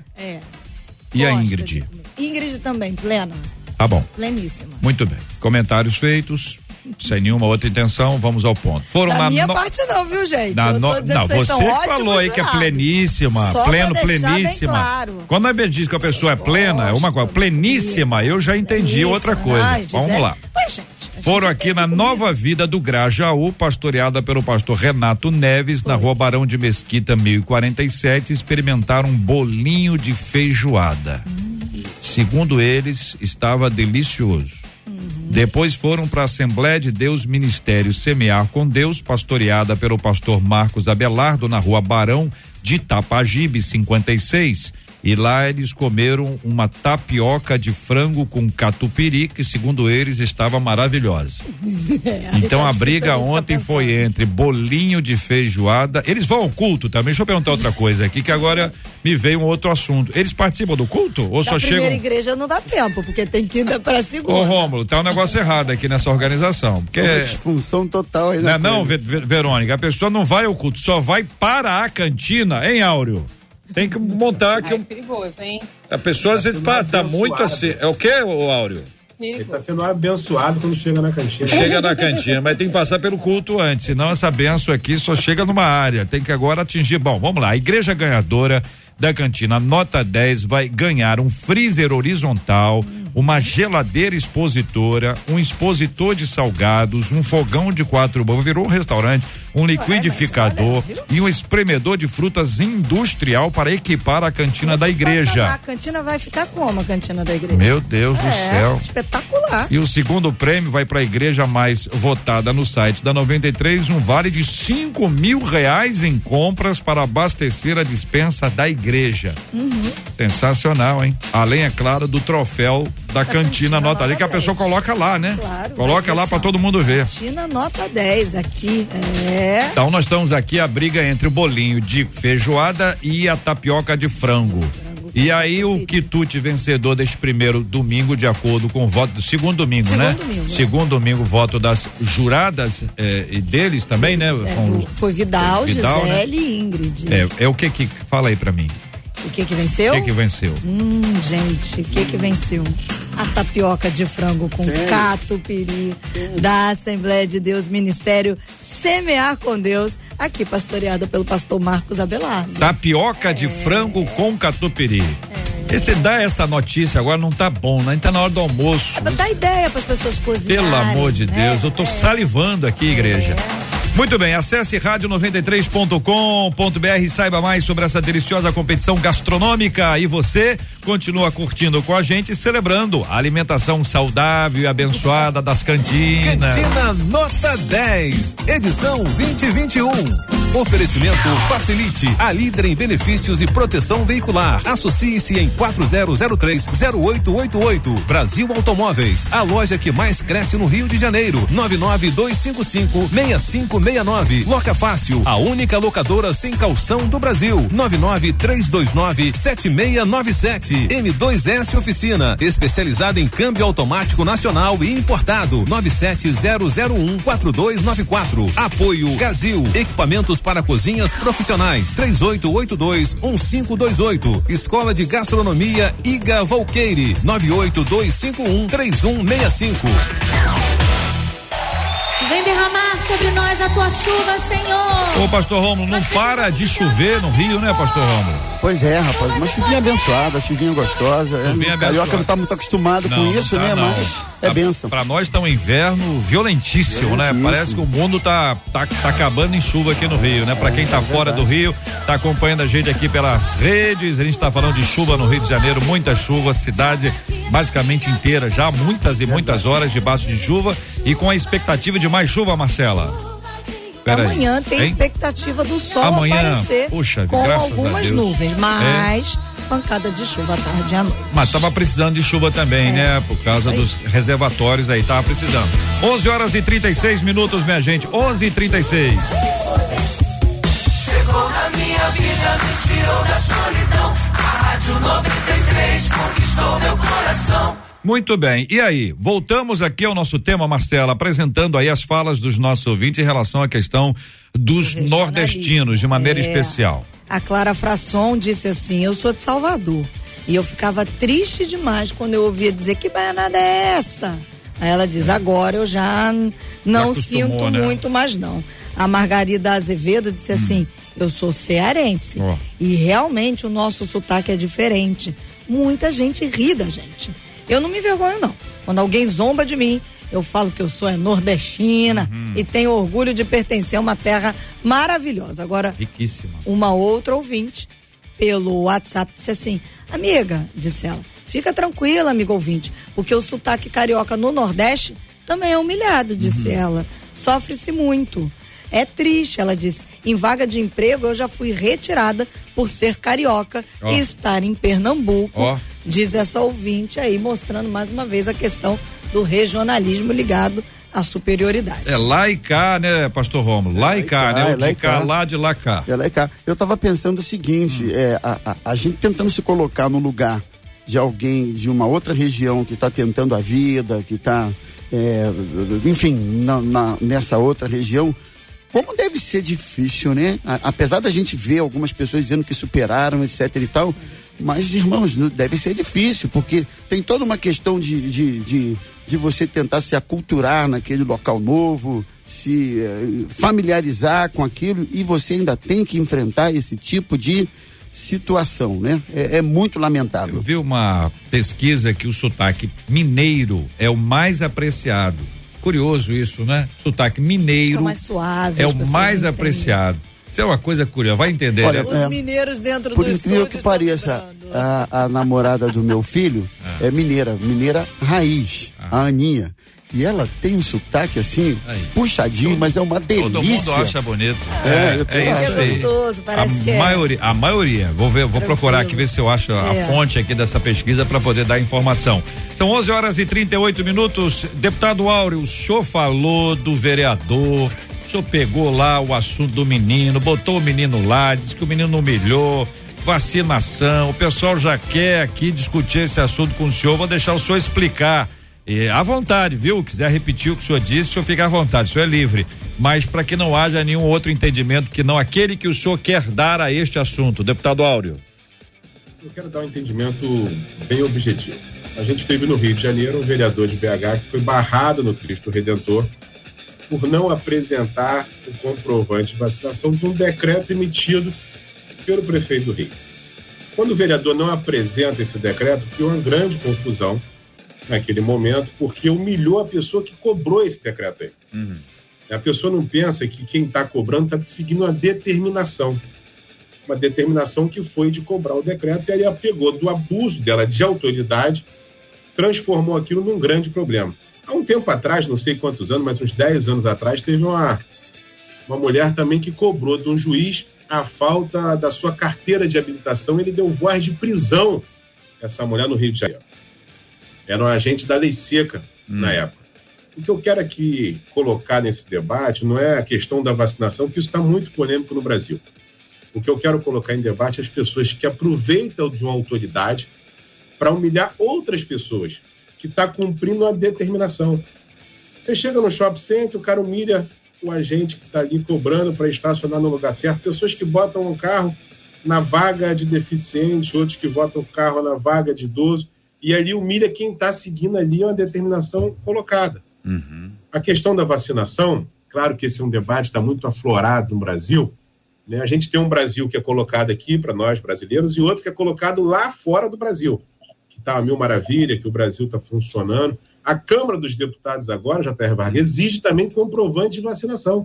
E a Gosta Ingrid? Ingrid também, plena. Tá bom. Pleníssima. Muito bem. Comentários feitos, sem nenhuma outra intenção, vamos ao ponto. Foram da minha parte não, viu, gente? Não, você que falou aí que é pleníssima, só pleníssima. Claro. Quando a gente diz que a pessoa é plena, é uma coisa, pleníssima, eu já entendi outra coisa. Vamos lá. Foram aqui na Nova Vida do Grajaú, pastoreada pelo pastor Renato Neves, na Rua Barão de Mesquita, 1047, experimentaram um bolinho de feijoada. Segundo eles, estava delicioso. Depois foram para a Assembleia de Deus Ministério Semear com Deus, pastoreada pelo pastor Marcos Abelardo, na Rua Barão de Tapajibe, 56. E lá eles comeram uma tapioca de frango com catupiry, que segundo eles estava maravilhosa. Então a briga ontem foi entre bolinho de feijoada. Eles vão ao culto também. Deixa eu perguntar outra coisa aqui, que agora me veio um outro assunto. Eles participam do culto? Ou só chegam? Na primeira igreja não dá tempo, porque tem que ir para a segunda. Ô Rômulo, tá um negócio errado aqui nessa organização. Porque disfunção total aí. Não, Verônica, a pessoa não vai ao culto, só vai para a cantina, hein, Áureo? Tem que montar aqui. É perigoso, hein? A pessoa às vezes tá muito assim. É o quê, Áureo? Ele tá sendo abençoado quando chega na cantina. Chega na cantina, mas tem que passar pelo culto antes, senão essa benção aqui só chega numa área. Tem que agora atingir. Bom, vamos lá. A igreja ganhadora da cantina Nota 10 vai ganhar um freezer horizontal, uma geladeira expositora, um expositor de salgados, um fogão de 4 bombas, virou um restaurante, um liquidificador e um espremedor de frutas industrial para equipar a cantina da igreja. A cantina vai ficar como a cantina da igreja? Meu Deus do céu. Espetacular. E o segundo prêmio vai para a igreja mais votada no site da 93, um vale de R$5.000 em compras para abastecer a despensa da igreja. Sensacional, hein? Além, é claro, do troféu da cantina Nota 10, que a pessoa coloca lá, né? Claro. Coloca lá para todo mundo ver. Cantina Nota 10 aqui. Então nós estamos aqui a briga entre o bolinho de feijoada e a tapioca de frango. E aí o quitute vencedor deste primeiro domingo, de acordo com o voto do segundo domingo, né? Segundo domingo, voto das juradas e deles também, né? Foi Vidal, Gisele, né? e Ingrid. É o que fala aí pra mim. O que venceu? O que venceu? Gente, o que venceu? A tapioca de frango com catupiry da Assembleia de Deus, Ministério Semear com Deus, aqui pastoreada pelo pastor Marcos Abelardo. Tapioca de frango com catupiry. Esse dá essa notícia agora não tá bom, né? Tá na hora do almoço. Dá ideia para as pessoas cozinharem. Pelo amor de Deus, eu tô salivando aqui, igreja. Muito bem, acesse rádio93.com.br e saiba mais sobre essa deliciosa competição gastronômica. E você continua curtindo com a gente, celebrando a alimentação saudável e abençoada das cantinas. Cantina Nota 10, edição 2021. Oferecimento Facilite, a líder em benefícios e proteção veicular. Associe-se em 4003-0888. Brasil Automóveis, a loja que mais cresce no Rio de Janeiro. 99255-6569. Loca Fácil, a única locadora sem calção do Brasil. 99329-7697. M2S Oficina, especializada em câmbio automático nacional e importado. 97001-4294. Apoio Gazil, equipamentos para cozinhas profissionais. 3882-1528. Escola de Gastronomia Iga Volqueire. 98251-3165. Vem derramar sobre nós a tua chuva, Senhor. Ô, pastor Rômulo, não para de chover no Rio, né, pastor Rômulo? Pois é, rapaz, uma chuvinha abençoada, chuvinha gostosa. Chuvinha O carioca não tá muito acostumado com isso, né? Não. Mas é bênção. Pra nós tá um inverno violentíssimo, né? Parece que o mundo tá acabando em chuva aqui no Rio, né? Pra quem tá fora do Rio, tá acompanhando a gente aqui pelas redes, a gente tá falando de chuva no Rio de Janeiro, muita chuva, cidade basicamente inteira, já muitas e muitas horas debaixo de chuva e com a expectativa de mais chuva, Marcela. Amanhã tem expectativa do sol aparecer com algumas nuvens, mas pancada de chuva à tarde e à noite. Mas tava precisando de chuva também, né? Por causa dos reservatórios aí, tava precisando. 11h36, minha gente, 11h36. Chegou na minha vida, me tirou da solidão. A Rádio 93 conquistou meu coração. Muito bem, e aí, voltamos aqui ao nosso tema, Marcela, apresentando aí as falas dos nossos ouvintes em relação à questão dos nordestinos, de maneira especial. A Clara Frasson disse assim: eu sou de Salvador e eu ficava triste demais quando eu ouvia dizer que baianada é essa. Aí ela diz, agora eu já não sinto muito mais não. A Margarida Azevedo disse assim, eu sou cearense e realmente o nosso sotaque é diferente. Muita gente ri da gente. Eu não me envergonho não. Quando alguém zomba de mim, eu falo que eu sou nordestina e tenho orgulho de pertencer a uma terra maravilhosa. Agora, riquíssima. Uma outra ouvinte pelo WhatsApp disse assim, amiga, disse ela, fica tranquila, amigo ouvinte, porque o sotaque carioca no Nordeste também é humilhado, disse ela. Sofre-se muito. É triste, ela disse. Em vaga de emprego eu já fui retirada por ser carioca e estar em Pernambuco. Diz essa ouvinte aí, mostrando mais uma vez a questão do regionalismo ligado à superioridade. É lá e cá, né, pastor Rômulo? Lá e cá, né? O de cá, lá, de lá cá. É lá e cá. Eu tava pensando o seguinte, a gente tentando se colocar no lugar de alguém de uma outra região que tá tentando a vida, que tá, enfim, nessa outra região, como deve ser difícil, né? Apesar da gente ver algumas pessoas dizendo que superaram, etc e tal, mas, irmãos, deve ser difícil, porque tem toda uma questão de você tentar se aculturar naquele local novo, se familiarizar com aquilo, e você ainda tem que enfrentar esse tipo de situação, né? É muito lamentável. Eu vi uma pesquisa que o sotaque mineiro é o mais apreciado. Curioso isso, né? Sotaque mineiro é mais suave, é o mais apreciado. Isso é uma coisa curiosa, vai entender. Olha, os mineiros dentro por do estúdio. Por incrível que pareça, a namorada do meu filho é mineira raiz, a Aninha. E ela tem um sotaque assim, puxadinho, mas é uma delícia. Todo mundo acha bonito. É isso aí. Gostoso, parece a maioria. Vou procurar aqui, ver se eu acho a fonte aqui dessa pesquisa para poder dar informação. São 11h38. Deputado Áureo, o senhor falou do vereador, o senhor pegou lá o assunto do menino, botou o menino lá, disse que o menino humilhou, vacinação, o pessoal já quer aqui discutir esse assunto com o senhor, vou deixar o senhor explicar. À vontade, viu? Quiser repetir o que o senhor disse, o senhor fica à vontade, o senhor é livre. Mas para que não haja nenhum outro entendimento que não aquele que o senhor quer dar a este assunto, deputado Áureo. Eu quero dar um entendimento bem objetivo. A gente teve no Rio de Janeiro um vereador de BH que foi barrado no Cristo Redentor por não apresentar o comprovante de vacinação de um decreto emitido pelo prefeito do Rio. Quando o vereador não apresenta esse decreto, criou uma grande confusão naquele momento, porque humilhou a pessoa que cobrou esse decreto aí. A pessoa não pensa que quem está cobrando está seguindo uma determinação que foi de cobrar o decreto, e aí ela pegou do abuso dela de autoridade, transformou aquilo num grande problema. Há um tempo atrás, não sei quantos anos, mas uns 10 anos atrás, teve uma mulher também que cobrou de um juiz a falta da sua carteira de habilitação. Ele deu voz de prisão, essa mulher, no Rio de Janeiro. Era um agente da lei seca na época. O que eu quero aqui colocar nesse debate não é a questão da vacinação, porque isso está muito polêmico no Brasil. O que eu quero colocar em debate é as pessoas que aproveitam de uma autoridade para humilhar outras pessoas que estão cumprindo uma determinação. Você chega no shopping center, o cara humilha o agente que está ali cobrando para estacionar no lugar certo, pessoas que botam um carro na vaga de deficiente, outros que botam o carro na vaga de idoso, e ali humilha quem está seguindo ali uma determinação colocada. A questão da vacinação, claro que esse é um debate, está muito aflorado no Brasil, né? A gente tem um Brasil que é colocado aqui para nós brasileiros e outro que é colocado lá fora do Brasil, que está a mil maravilha, que o Brasil está funcionando. A Câmara dos Deputados agora, J.R. Vargas, exige também comprovante de vacinação,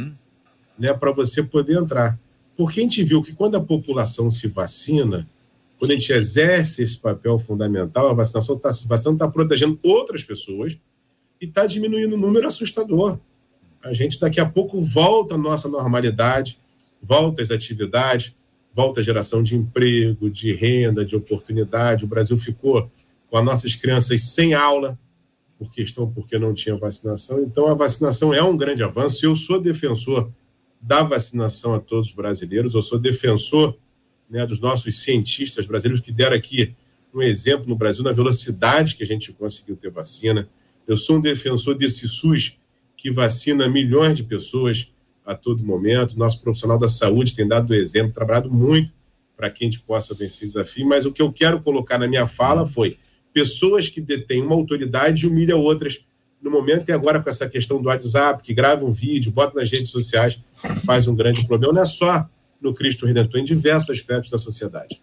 né, para você poder entrar. Porque a gente viu que quando a população se vacina, quando a gente exerce esse papel fundamental, a vacinação está protegendo outras pessoas e está diminuindo o número assustador. A gente daqui a pouco volta à nossa normalidade, volta às atividades, volta à geração de emprego, de renda, de oportunidade. O Brasil ficou com as nossas crianças sem aula, porque não tinha vacinação. Então, a vacinação é um grande avanço. Eu sou defensor da vacinação a todos os brasileiros, eu sou defensor, né, dos nossos cientistas brasileiros que deram aqui um exemplo no Brasil na velocidade que a gente conseguiu ter vacina. Eu sou um defensor desse SUS que vacina milhões de pessoas a todo momento. Nosso profissional da saúde tem dado o exemplo, trabalhado muito para que a gente possa vencer esse desafio, mas o que eu quero colocar na minha fala foi pessoas que detêm uma autoridade e humilham outras no momento, e agora com essa questão do WhatsApp, que grava um vídeo, bota nas redes sociais, faz um grande problema. Não é só no Cristo Redentor, em diversos aspectos da sociedade.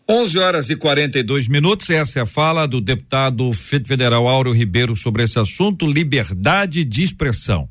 11h42, essa é a fala do deputado federal Áureo Ribeiro sobre esse assunto, liberdade de expressão.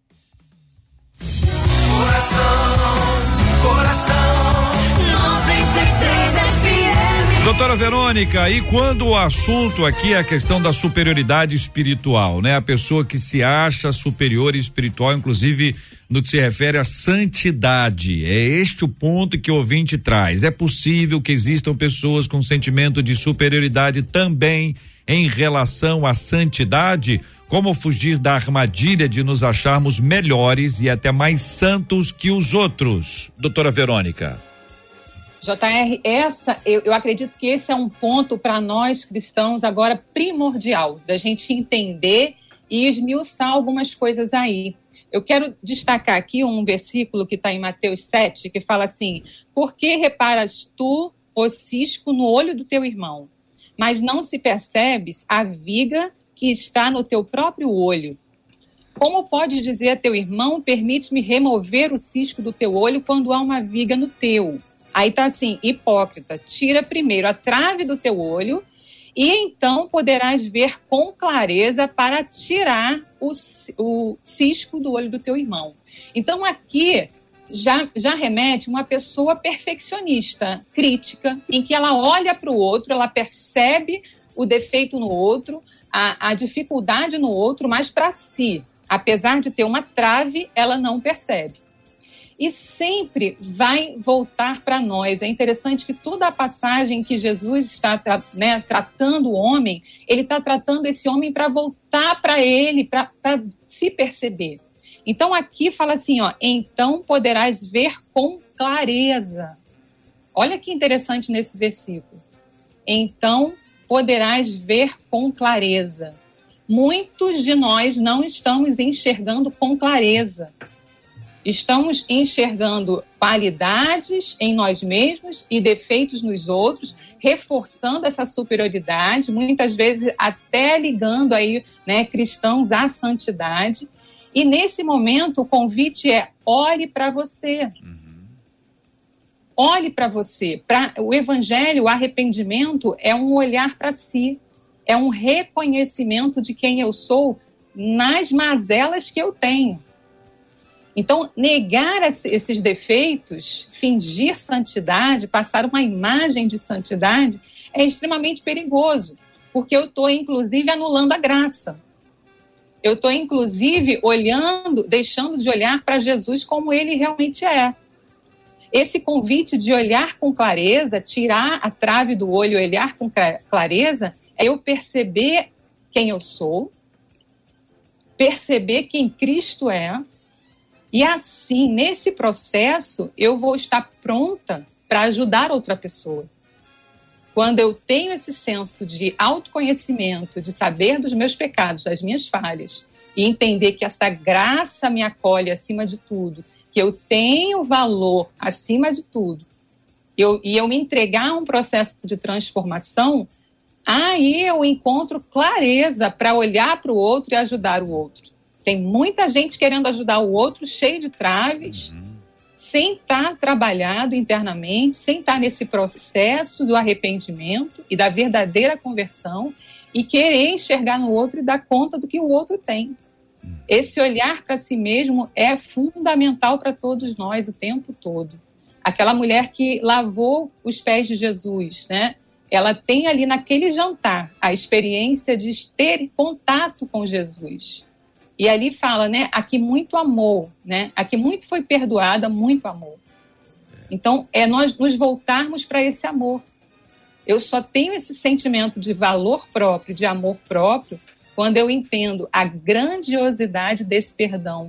Doutora Verônica, e quando o assunto aqui é a questão da superioridade espiritual, né? A pessoa que se acha superior espiritual, inclusive no que se refere à santidade. É este o ponto que o ouvinte traz. É possível que existam pessoas com sentimento de superioridade também em relação à santidade? Como fugir da armadilha de nos acharmos melhores e até mais santos que os outros? Doutora Verônica. JR, eu acredito que esse é um ponto para nós cristãos agora primordial, da gente entender e esmiuçar algumas coisas aí. Eu quero destacar aqui um versículo que está em Mateus 7, que fala assim: por que reparas tu o cisco no olho do teu irmão, mas não se percebes a viga que está no teu próprio olho? Como podes dizer a teu irmão, permite-me remover o cisco do teu olho quando há uma viga no teu? Aí tá assim: hipócrita, tira primeiro a trave do teu olho e então poderás ver com clareza para tirar o cisco do olho do teu irmão. Então aqui já remete uma pessoa perfeccionista, crítica, em que ela olha para o outro, ela percebe o defeito no outro, a dificuldade no outro, mas para si, apesar de ter uma trave, ela não percebe. E sempre vai voltar para nós. É interessante que toda a passagem que Jesus está tratando o homem, ele está tratando esse homem para voltar para ele, para se perceber. Então aqui fala assim, ó, então poderás ver com clareza. Olha que interessante nesse versículo. Então poderás ver com clareza. Muitos de nós não estamos enxergando com clareza. Estamos enxergando qualidades em nós mesmos e defeitos nos outros, reforçando essa superioridade, muitas vezes até ligando aí, né, cristãos à santidade. E nesse momento o convite é: olhe para você. Olhe para você. O evangelho, o arrependimento é um olhar para si, é um reconhecimento de quem eu sou nas mazelas que eu tenho. Então, negar esses defeitos, fingir santidade, passar uma imagem de santidade, é extremamente perigoso, porque eu estou, inclusive, anulando a graça. Eu estou, inclusive, deixando de olhar para Jesus como ele realmente é. Esse convite de olhar com clareza, tirar a trave do olho e olhar com clareza, é eu perceber quem eu sou, perceber quem Cristo é, e assim, nesse processo, eu vou estar pronta para ajudar outra pessoa. Quando eu tenho esse senso de autoconhecimento, de saber dos meus pecados, das minhas falhas, e entender que essa graça me acolhe acima de tudo, que eu tenho valor acima de tudo, e eu me entregar a um processo de transformação, aí eu encontro clareza para olhar para o outro e ajudar o outro. Tem muita gente querendo ajudar o outro, cheio de traves, sem estar trabalhado internamente, sem estar nesse processo do arrependimento e da verdadeira conversão, e querer enxergar no outro e dar conta do que o outro tem. Esse olhar para si mesmo é fundamental para todos nós o tempo todo. Aquela mulher que lavou os pés de Jesus, né? Ela tem ali naquele jantar a experiência de ter contato com Jesus. E ali fala, né, aqui muito amor, né? Aqui muito foi perdoada, muito amor. Então, é nós nos voltarmos para esse amor. Eu só tenho esse sentimento de valor próprio, de amor próprio, quando eu entendo a grandiosidade desse perdão.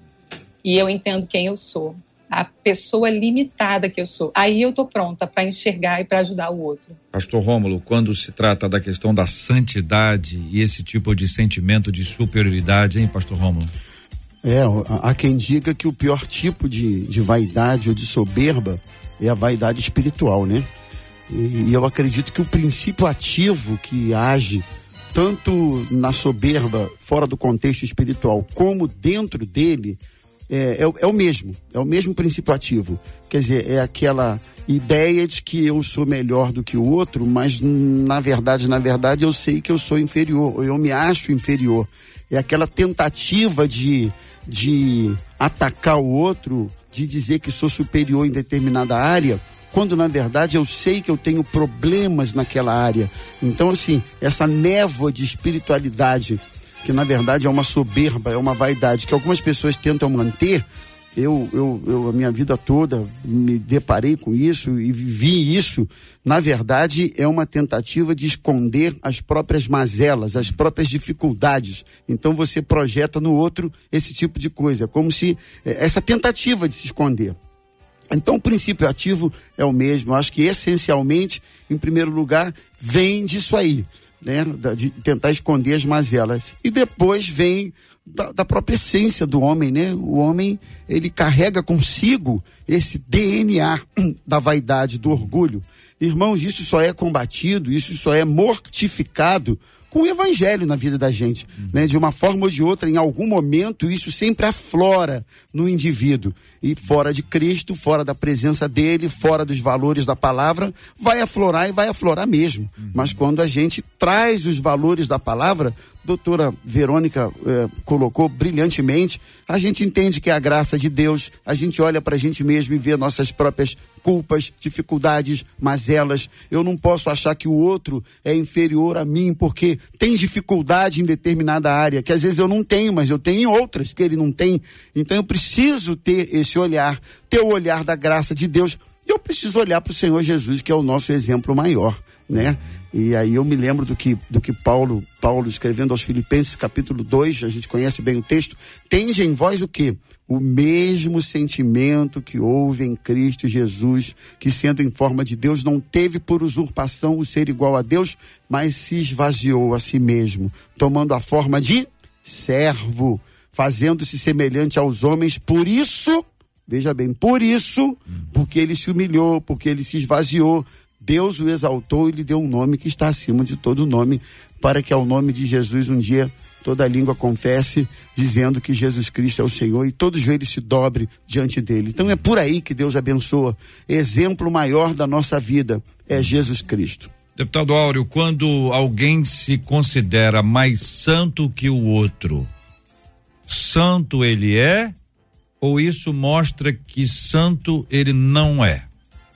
E eu entendo quem eu sou, a pessoa limitada que eu sou. Aí eu estou pronta para enxergar e para ajudar o outro. Pastor Rômulo, quando se trata da questão da santidade e esse tipo de sentimento de superioridade, hein, Pastor Rômulo? Há quem diga que o pior tipo de vaidade ou de soberba é a vaidade espiritual, né? E eu acredito que o princípio ativo que age tanto na soberba fora do contexto espiritual como dentro dele é o mesmo princípio ativo. Quer dizer, é aquela ideia de que eu sou melhor do que o outro, mas na verdade eu sei que eu sou inferior, ou eu me acho inferior. É aquela tentativa de atacar o outro, de dizer que sou superior em determinada área, quando na verdade eu sei que eu tenho problemas naquela área. Então, assim, essa névoa de espiritualidade, que na verdade é uma soberba, é uma vaidade que algumas pessoas tentam manter. Eu a minha vida toda me deparei com isso e vivi isso. Na verdade, é uma tentativa de esconder as próprias mazelas, as próprias dificuldades. Então você projeta no outro esse tipo de coisa, como se essa tentativa de se esconder. Então o princípio ativo é o mesmo. Eu acho que essencialmente, em primeiro lugar, vem disso aí, né? De tentar esconder as mazelas. E depois vem da própria essência do homem, né? O homem, ele carrega consigo esse DNA da vaidade, do orgulho. Irmãos, isso só é combatido, isso só é mortificado com o evangelho na vida da gente, né? De uma forma ou de outra, em algum momento, isso sempre aflora no indivíduo. E fora de Cristo, fora da presença dele, fora dos valores da palavra, vai aflorar e vai aflorar mesmo. Mas quando a gente traz os valores da palavra, doutora Verônica colocou brilhantemente, a gente entende que é a graça de Deus, a gente olha pra gente mesmo e vê nossas próprias culpas, dificuldades, mazelas. Eu não posso achar que o outro é inferior a mim porque tem dificuldade em determinada área, que às vezes eu não tenho, mas eu tenho em outras que ele não tem. Então eu preciso ter esse olhar, ter o olhar da graça de Deus, e eu preciso olhar para o Senhor Jesus, que é o nosso exemplo maior, né? E aí eu me lembro do que Paulo escrevendo aos Filipenses, capítulo 2, a gente conhece bem o texto: tende em vós o quê? O mesmo sentimento que houve em Cristo Jesus, que sendo em forma de Deus, não teve por usurpação o ser igual a Deus, mas se esvaziou a si mesmo, tomando a forma de servo, fazendo-se semelhante aos homens, por isso, veja bem, por isso, porque ele se humilhou, porque ele se esvaziou, Deus o exaltou e lhe deu um nome que está acima de todo nome, para que ao nome de Jesus um dia toda língua confesse, dizendo que Jesus Cristo é o Senhor e todo joelho se dobre diante dele. Então é por aí que Deus abençoa. Exemplo maior da nossa vida é Jesus Cristo. Deputado Áureo, quando alguém se considera mais santo que o outro, santo ele é, ou isso mostra que santo ele não é?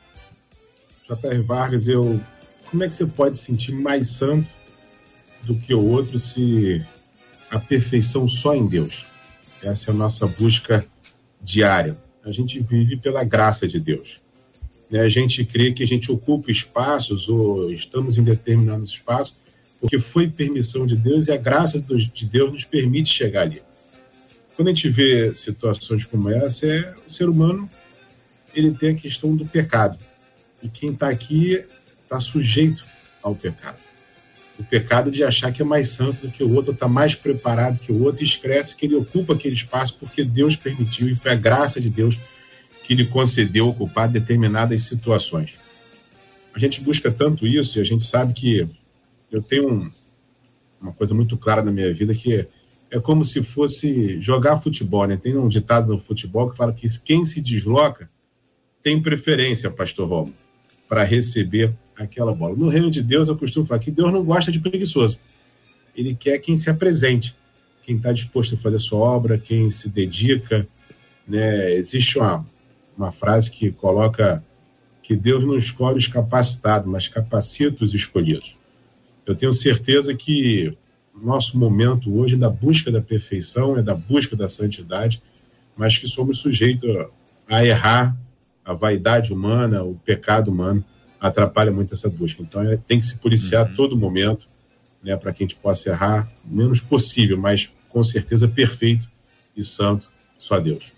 J.R. Vargas, como é que você pode se sentir mais santo do que o outro se a perfeição só em Deus? Essa é a nossa busca diária. A gente vive pela graça de Deus. A gente crê que a gente ocupa espaços ou estamos em determinados espaços porque foi permissão de Deus e a graça de Deus nos permite chegar ali. Quando a gente vê situações como essa, o ser humano ele tem a questão do pecado. E quem está aqui está sujeito ao pecado. O pecado de achar que é mais santo do que o outro, está mais preparado que o outro, e esquece que ele ocupa aquele espaço porque Deus permitiu e foi a graça de Deus que lhe concedeu ocupar determinadas situações. A gente busca tanto isso e a gente sabe que eu tenho uma coisa muito clara na minha vida que é como se fosse jogar futebol, né? Tem um ditado no futebol que fala que quem se desloca tem preferência, pastor Romo, para receber aquela bola. No reino de Deus, eu costumo falar que Deus não gosta de preguiçoso. Ele quer quem se apresente, quem está disposto a fazer sua obra, quem se dedica, né? Existe uma frase que coloca que Deus não escolhe os capacitados, mas capacita os escolhidos. Eu tenho certeza que o nosso momento hoje é da busca da perfeição, é da busca da santidade, mas que somos sujeitos a errar. A vaidade humana, o pecado humano atrapalha muito essa busca. Então tem que se policiar a todo momento, né, para que a gente possa errar o menos possível, mas com certeza perfeito e santo, só Deus.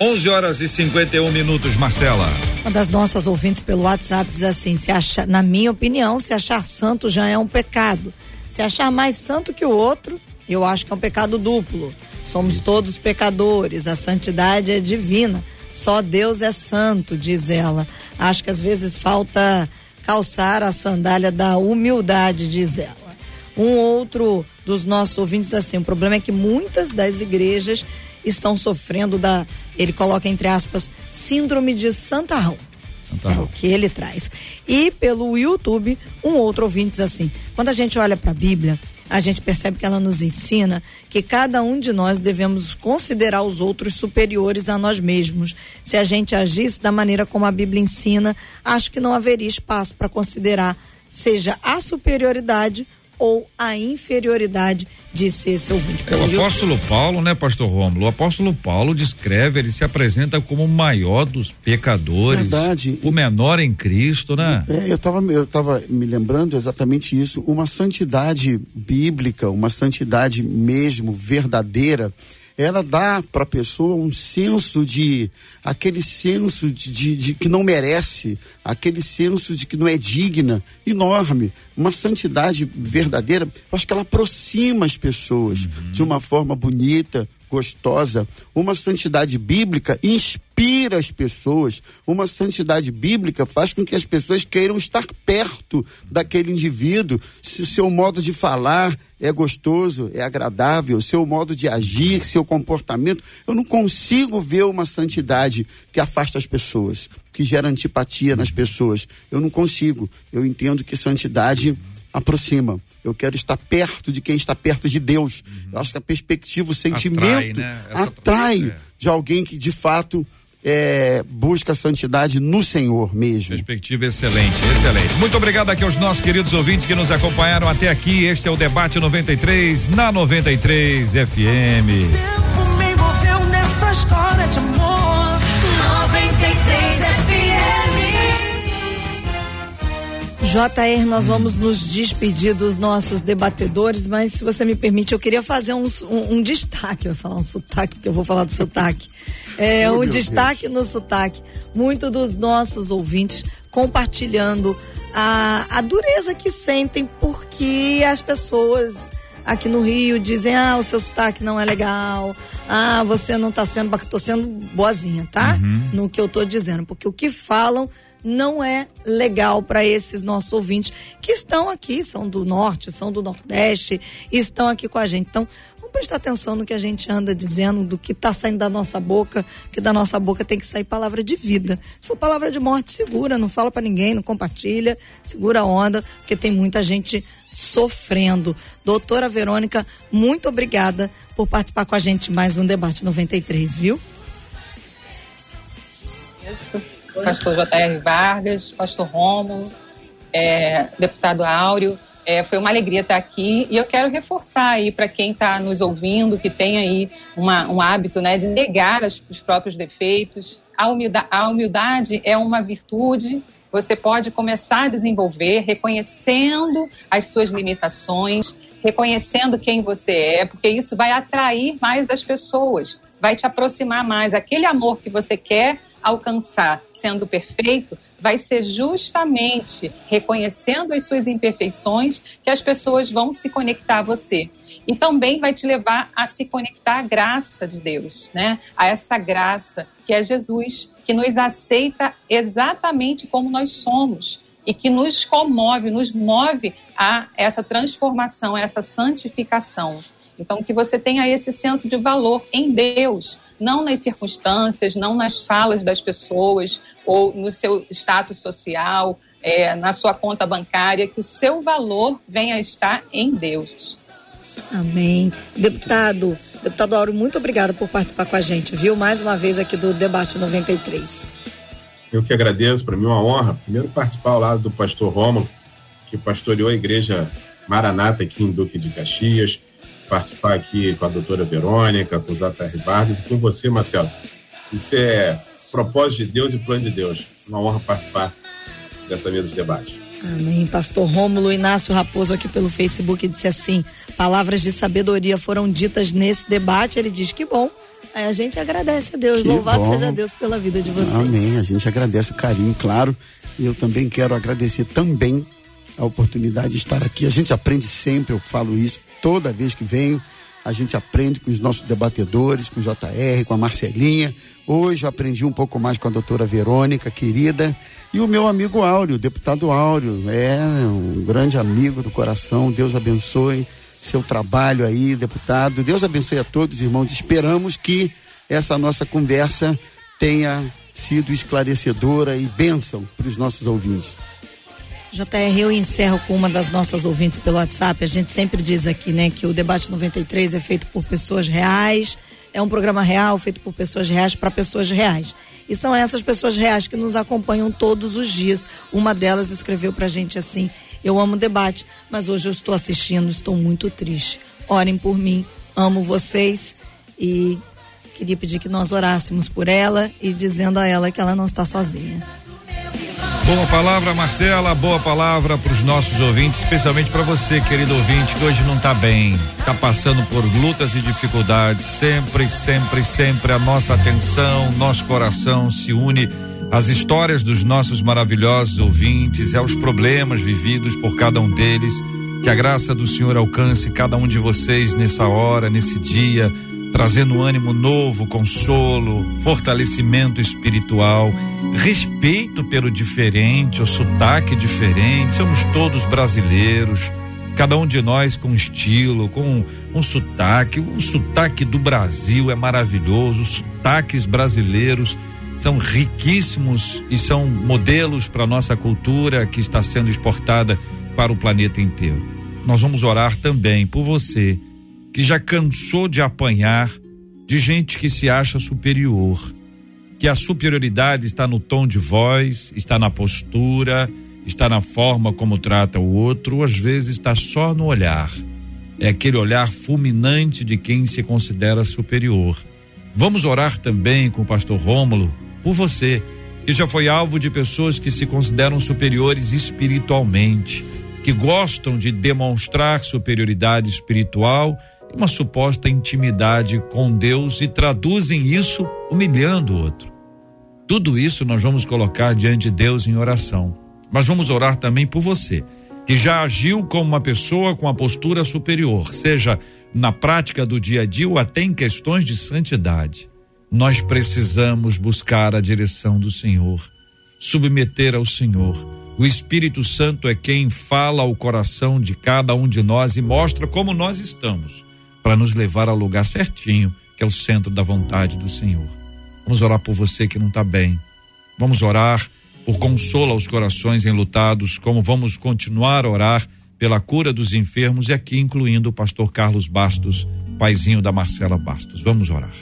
11h51, Marcela. Uma das nossas ouvintes pelo WhatsApp diz assim: na minha opinião, se achar santo já é um pecado. Se achar mais santo que o outro, eu acho que é um pecado duplo. Somos todos pecadores, a santidade é divina. Só Deus é santo, diz ela. Acho que às vezes falta calçar a sandália da humildade, diz ela. Um outro dos nossos ouvintes assim: o problema é que muitas das igrejas estão sofrendo ele coloca entre aspas, síndrome de santarrão. É o que ele traz. E pelo YouTube, um outro ouvinte diz assim: quando a gente olha para a Bíblia, a gente percebe que ela nos ensina que cada um de nós devemos considerar os outros superiores a nós mesmos. Se a gente agisse da maneira como a Bíblia ensina, acho que não haveria espaço para considerar seja a superioridade ou a inferioridade, disse esse ouvinte. O apóstolo Paulo, né, pastor Rômulo? O apóstolo Paulo descreve, ele se apresenta como o maior dos pecadores. Verdade. O menor em Cristo, né? Eu tava me lembrando exatamente isso. Uma santidade bíblica, uma santidade mesmo verdadeira, ela dá para a pessoa um senso aquele senso de que não merece, aquele senso de que não é digna, enorme. Uma santidade verdadeira, eu acho que ela aproxima as pessoas de uma forma bonita, gostosa. Uma santidade bíblica inspira as pessoas. Uma santidade bíblica faz com que as pessoas queiram estar perto daquele indivíduo. Se seu modo de falar é gostoso, é agradável, seu modo de agir, seu comportamento, eu não consigo ver uma santidade que afasta as pessoas, que gera antipatia nas pessoas. Eu não consigo. Eu entendo que santidade aproxima. Eu quero estar perto de quem está perto de Deus. Eu acho que a perspectiva, o sentimento atrai de alguém que de fato busca a santidade no Senhor mesmo. Perspectiva excelente, excelente. Muito obrigado aqui aos nossos queridos ouvintes que nos acompanharam até aqui. Este é o Debate 93 na 93 FM. Tempo me envolveu nessa história de amor. 93 FM. JR, nós vamos nos despedir dos nossos debatedores, mas se você me permite, eu queria fazer um destaque. Eu vou falar um sotaque, porque eu vou falar do sotaque. Um destaque no sotaque. Muito dos nossos ouvintes compartilhando a dureza que sentem porque as pessoas aqui no Rio dizem: o seu sotaque não é legal, você não tá sendo, tô sendo boazinha, tá? No que eu tô dizendo, porque o que falam não é legal para esses nossos ouvintes que estão aqui, são do norte, são do nordeste e estão aqui com a gente. Então, vamos prestar atenção no que a gente anda dizendo, do que tá saindo da nossa boca, que da nossa boca tem que sair palavra de vida. Se for palavra de morte, segura, não fala para ninguém, não compartilha, segura a onda, porque tem muita gente sofrendo. Doutora Verônica, muito obrigada por participar com a gente mais um Debate 93, viu? Isso. Pastor J.R. Vargas, pastor Rômulo, deputado Áureo, foi uma alegria estar aqui e eu quero reforçar aí para quem está nos ouvindo, que tem aí um hábito, né, de negar os próprios defeitos. A humildade é uma virtude, você pode começar a desenvolver reconhecendo as suas limitações, reconhecendo quem você é, porque isso vai atrair mais as pessoas, vai te aproximar mais. Aquele amor que você quer alcançar sendo perfeito, vai ser justamente reconhecendo as suas imperfeições que as pessoas vão se conectar a você. E também vai te levar a se conectar à graça de Deus, né? A essa graça que é Jesus, que nos aceita exatamente como nós somos e que nos comove, nos move a essa transformação, a essa santificação. Então, que você tenha esse senso de valor em Deus, não nas circunstâncias, não nas falas das pessoas ou no seu status social, na sua conta bancária, que o seu valor venha a estar em Deus. Amém. Deputado Áureo, muito obrigada por participar com a gente, viu? Mais uma vez aqui do Debate 93. Eu que agradeço, para mim é uma honra, primeiro participar ao lado do pastor Rômulo, que pastoreou a igreja Maranata aqui em Duque de Caxias, participar aqui com a doutora Verônica, com o J.R. Vargas e com você, Marcelo. Isso é propósito de Deus e plano de Deus. Uma honra participar dessa mesa de debate. Amém. Pastor Rômulo Inácio Raposo aqui pelo Facebook disse assim: palavras de sabedoria foram ditas nesse debate. Ele diz que bom. Aí a gente agradece a Deus. Louvado seja Deus pela vida de vocês. Amém. A gente agradece o carinho, claro. E eu também quero agradecer também a oportunidade de estar aqui. A gente aprende sempre, eu falo isso toda vez que venho, a gente aprende com os nossos debatedores, com o JR, com a Marcelinha. Hoje eu aprendi um pouco mais com a doutora Verônica, querida, e o meu amigo Áureo, o deputado Áureo, um grande amigo do coração. Deus abençoe seu trabalho aí, deputado. Deus abençoe a todos, irmãos. Esperamos que essa nossa conversa tenha sido esclarecedora e bênção para os nossos ouvintes. JR, eu encerro com uma das nossas ouvintes pelo WhatsApp. A gente sempre diz aqui, né, que o Debate 93 é feito por pessoas reais, é um programa real, feito por pessoas reais para pessoas reais. E são essas pessoas reais que nos acompanham todos os dias. Uma delas escreveu pra gente assim: eu amo o debate, mas hoje eu estou assistindo, estou muito triste. Orem por mim, amo vocês e queria pedir que nós orássemos por ela e dizendo a ela que ela não está sozinha. Boa palavra, Marcela, boa palavra para os nossos ouvintes, especialmente para você, querido ouvinte, que hoje não está bem, está passando por lutas e dificuldades. Sempre a nossa atenção, nosso coração se une às histórias dos nossos maravilhosos ouvintes e aos problemas vividos por cada um deles. Que a graça do Senhor alcance cada um de vocês nessa hora, nesse dia, trazendo ânimo novo, consolo, fortalecimento espiritual, respeito pelo diferente, o sotaque diferente. Somos todos brasileiros, cada um de nós com estilo, com um sotaque. O sotaque do Brasil é maravilhoso, os sotaques brasileiros são riquíssimos e são modelos para a nossa cultura que está sendo exportada para o planeta inteiro. Nós vamos orar também por você que já cansou de apanhar de gente que se acha superior, que a superioridade está no tom de voz, está na postura, está na forma como trata o outro, ou às vezes está só no olhar. É aquele olhar fulminante de quem se considera superior. Vamos orar também com o pastor Rômulo por você, que já foi alvo de pessoas que se consideram superiores espiritualmente, que gostam de demonstrar superioridade espiritual, uma suposta intimidade com Deus e traduzem isso humilhando o outro. Tudo isso nós vamos colocar diante de Deus em oração. Mas vamos orar também por você, que já agiu como uma pessoa com a postura superior, seja na prática do dia a dia ou até em questões de santidade. Nós precisamos buscar a direção do Senhor, submeter ao Senhor. O Espírito Santo é quem fala ao coração de cada um de nós e mostra como nós estamos, para nos levar ao lugar certinho, que é o centro da vontade do Senhor. Vamos orar por você que não está bem. Vamos orar por consolo aos corações enlutados, como vamos continuar a orar pela cura dos enfermos, e aqui incluindo o pastor Carlos Bastos, paizinho da Marcela Bastos. Vamos orar.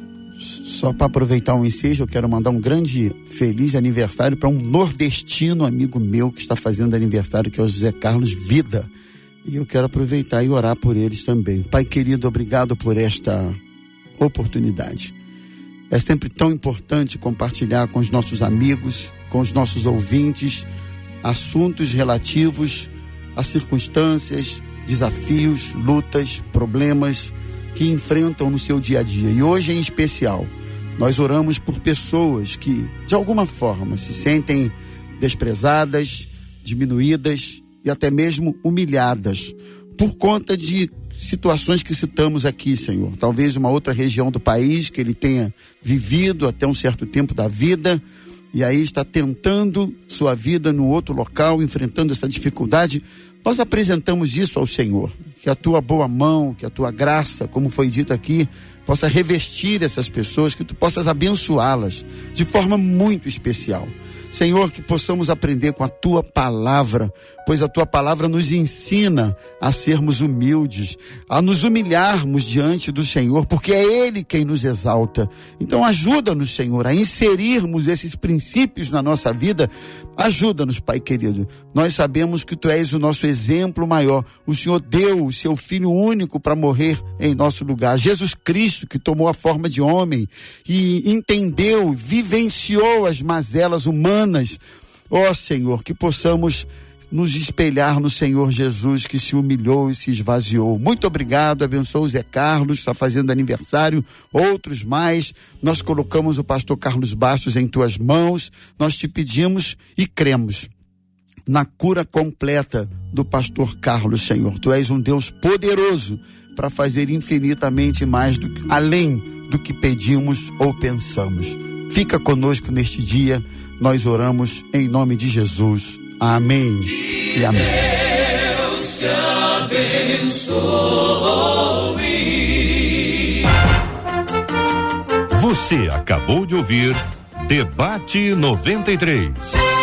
Só para aproveitar o ensejo, eu quero mandar um grande feliz aniversário para um nordestino amigo meu que está fazendo aniversário, que é o José Carlos Vida. E eu quero aproveitar e orar por eles também. Pai querido, obrigado por esta oportunidade. É sempre tão importante compartilhar com os nossos amigos, com os nossos ouvintes, assuntos relativos a circunstâncias, desafios, lutas, problemas que enfrentam no seu dia a dia. E hoje em especial, nós oramos por pessoas que, de alguma forma, se sentem desprezadas, diminuídas e até mesmo humilhadas por conta de situações que citamos aqui, Senhor. Talvez uma outra região do país que ele tenha vivido até um certo tempo da vida e aí está tentando sua vida no outro local, enfrentando essa dificuldade. Nós apresentamos isso ao Senhor, que a tua boa mão, que a tua graça, como foi dito aqui, possa revestir essas pessoas, que tu possas abençoá-las de forma muito especial. Senhor, que possamos aprender com a tua palavra, pois a tua palavra nos ensina a sermos humildes, a nos humilharmos diante do Senhor, porque é Ele quem nos exalta. Então ajuda-nos, Senhor, a inserirmos esses princípios na nossa vida. Ajuda-nos, Pai querido. Nós sabemos que tu és o nosso exemplo maior. O Senhor deu o seu Filho único para morrer em nosso lugar. Jesus Cristo, que tomou a forma de homem e entendeu, vivenciou as mazelas humanas. Ó Senhor, que possamos nos espelhar no Senhor Jesus, que se humilhou e se esvaziou. Muito obrigado, abençoa o Zé Carlos, está fazendo aniversário, outros mais. Nós colocamos o pastor Carlos Bastos em tuas mãos. Nós te pedimos e cremos na cura completa do pastor Carlos, Senhor. Tu és um Deus poderoso para fazer infinitamente mais além do que pedimos ou pensamos. Fica conosco neste dia. Nós oramos em nome de Jesus. Amém e amém. Deus te abençoe. Você acabou de ouvir Debate 93.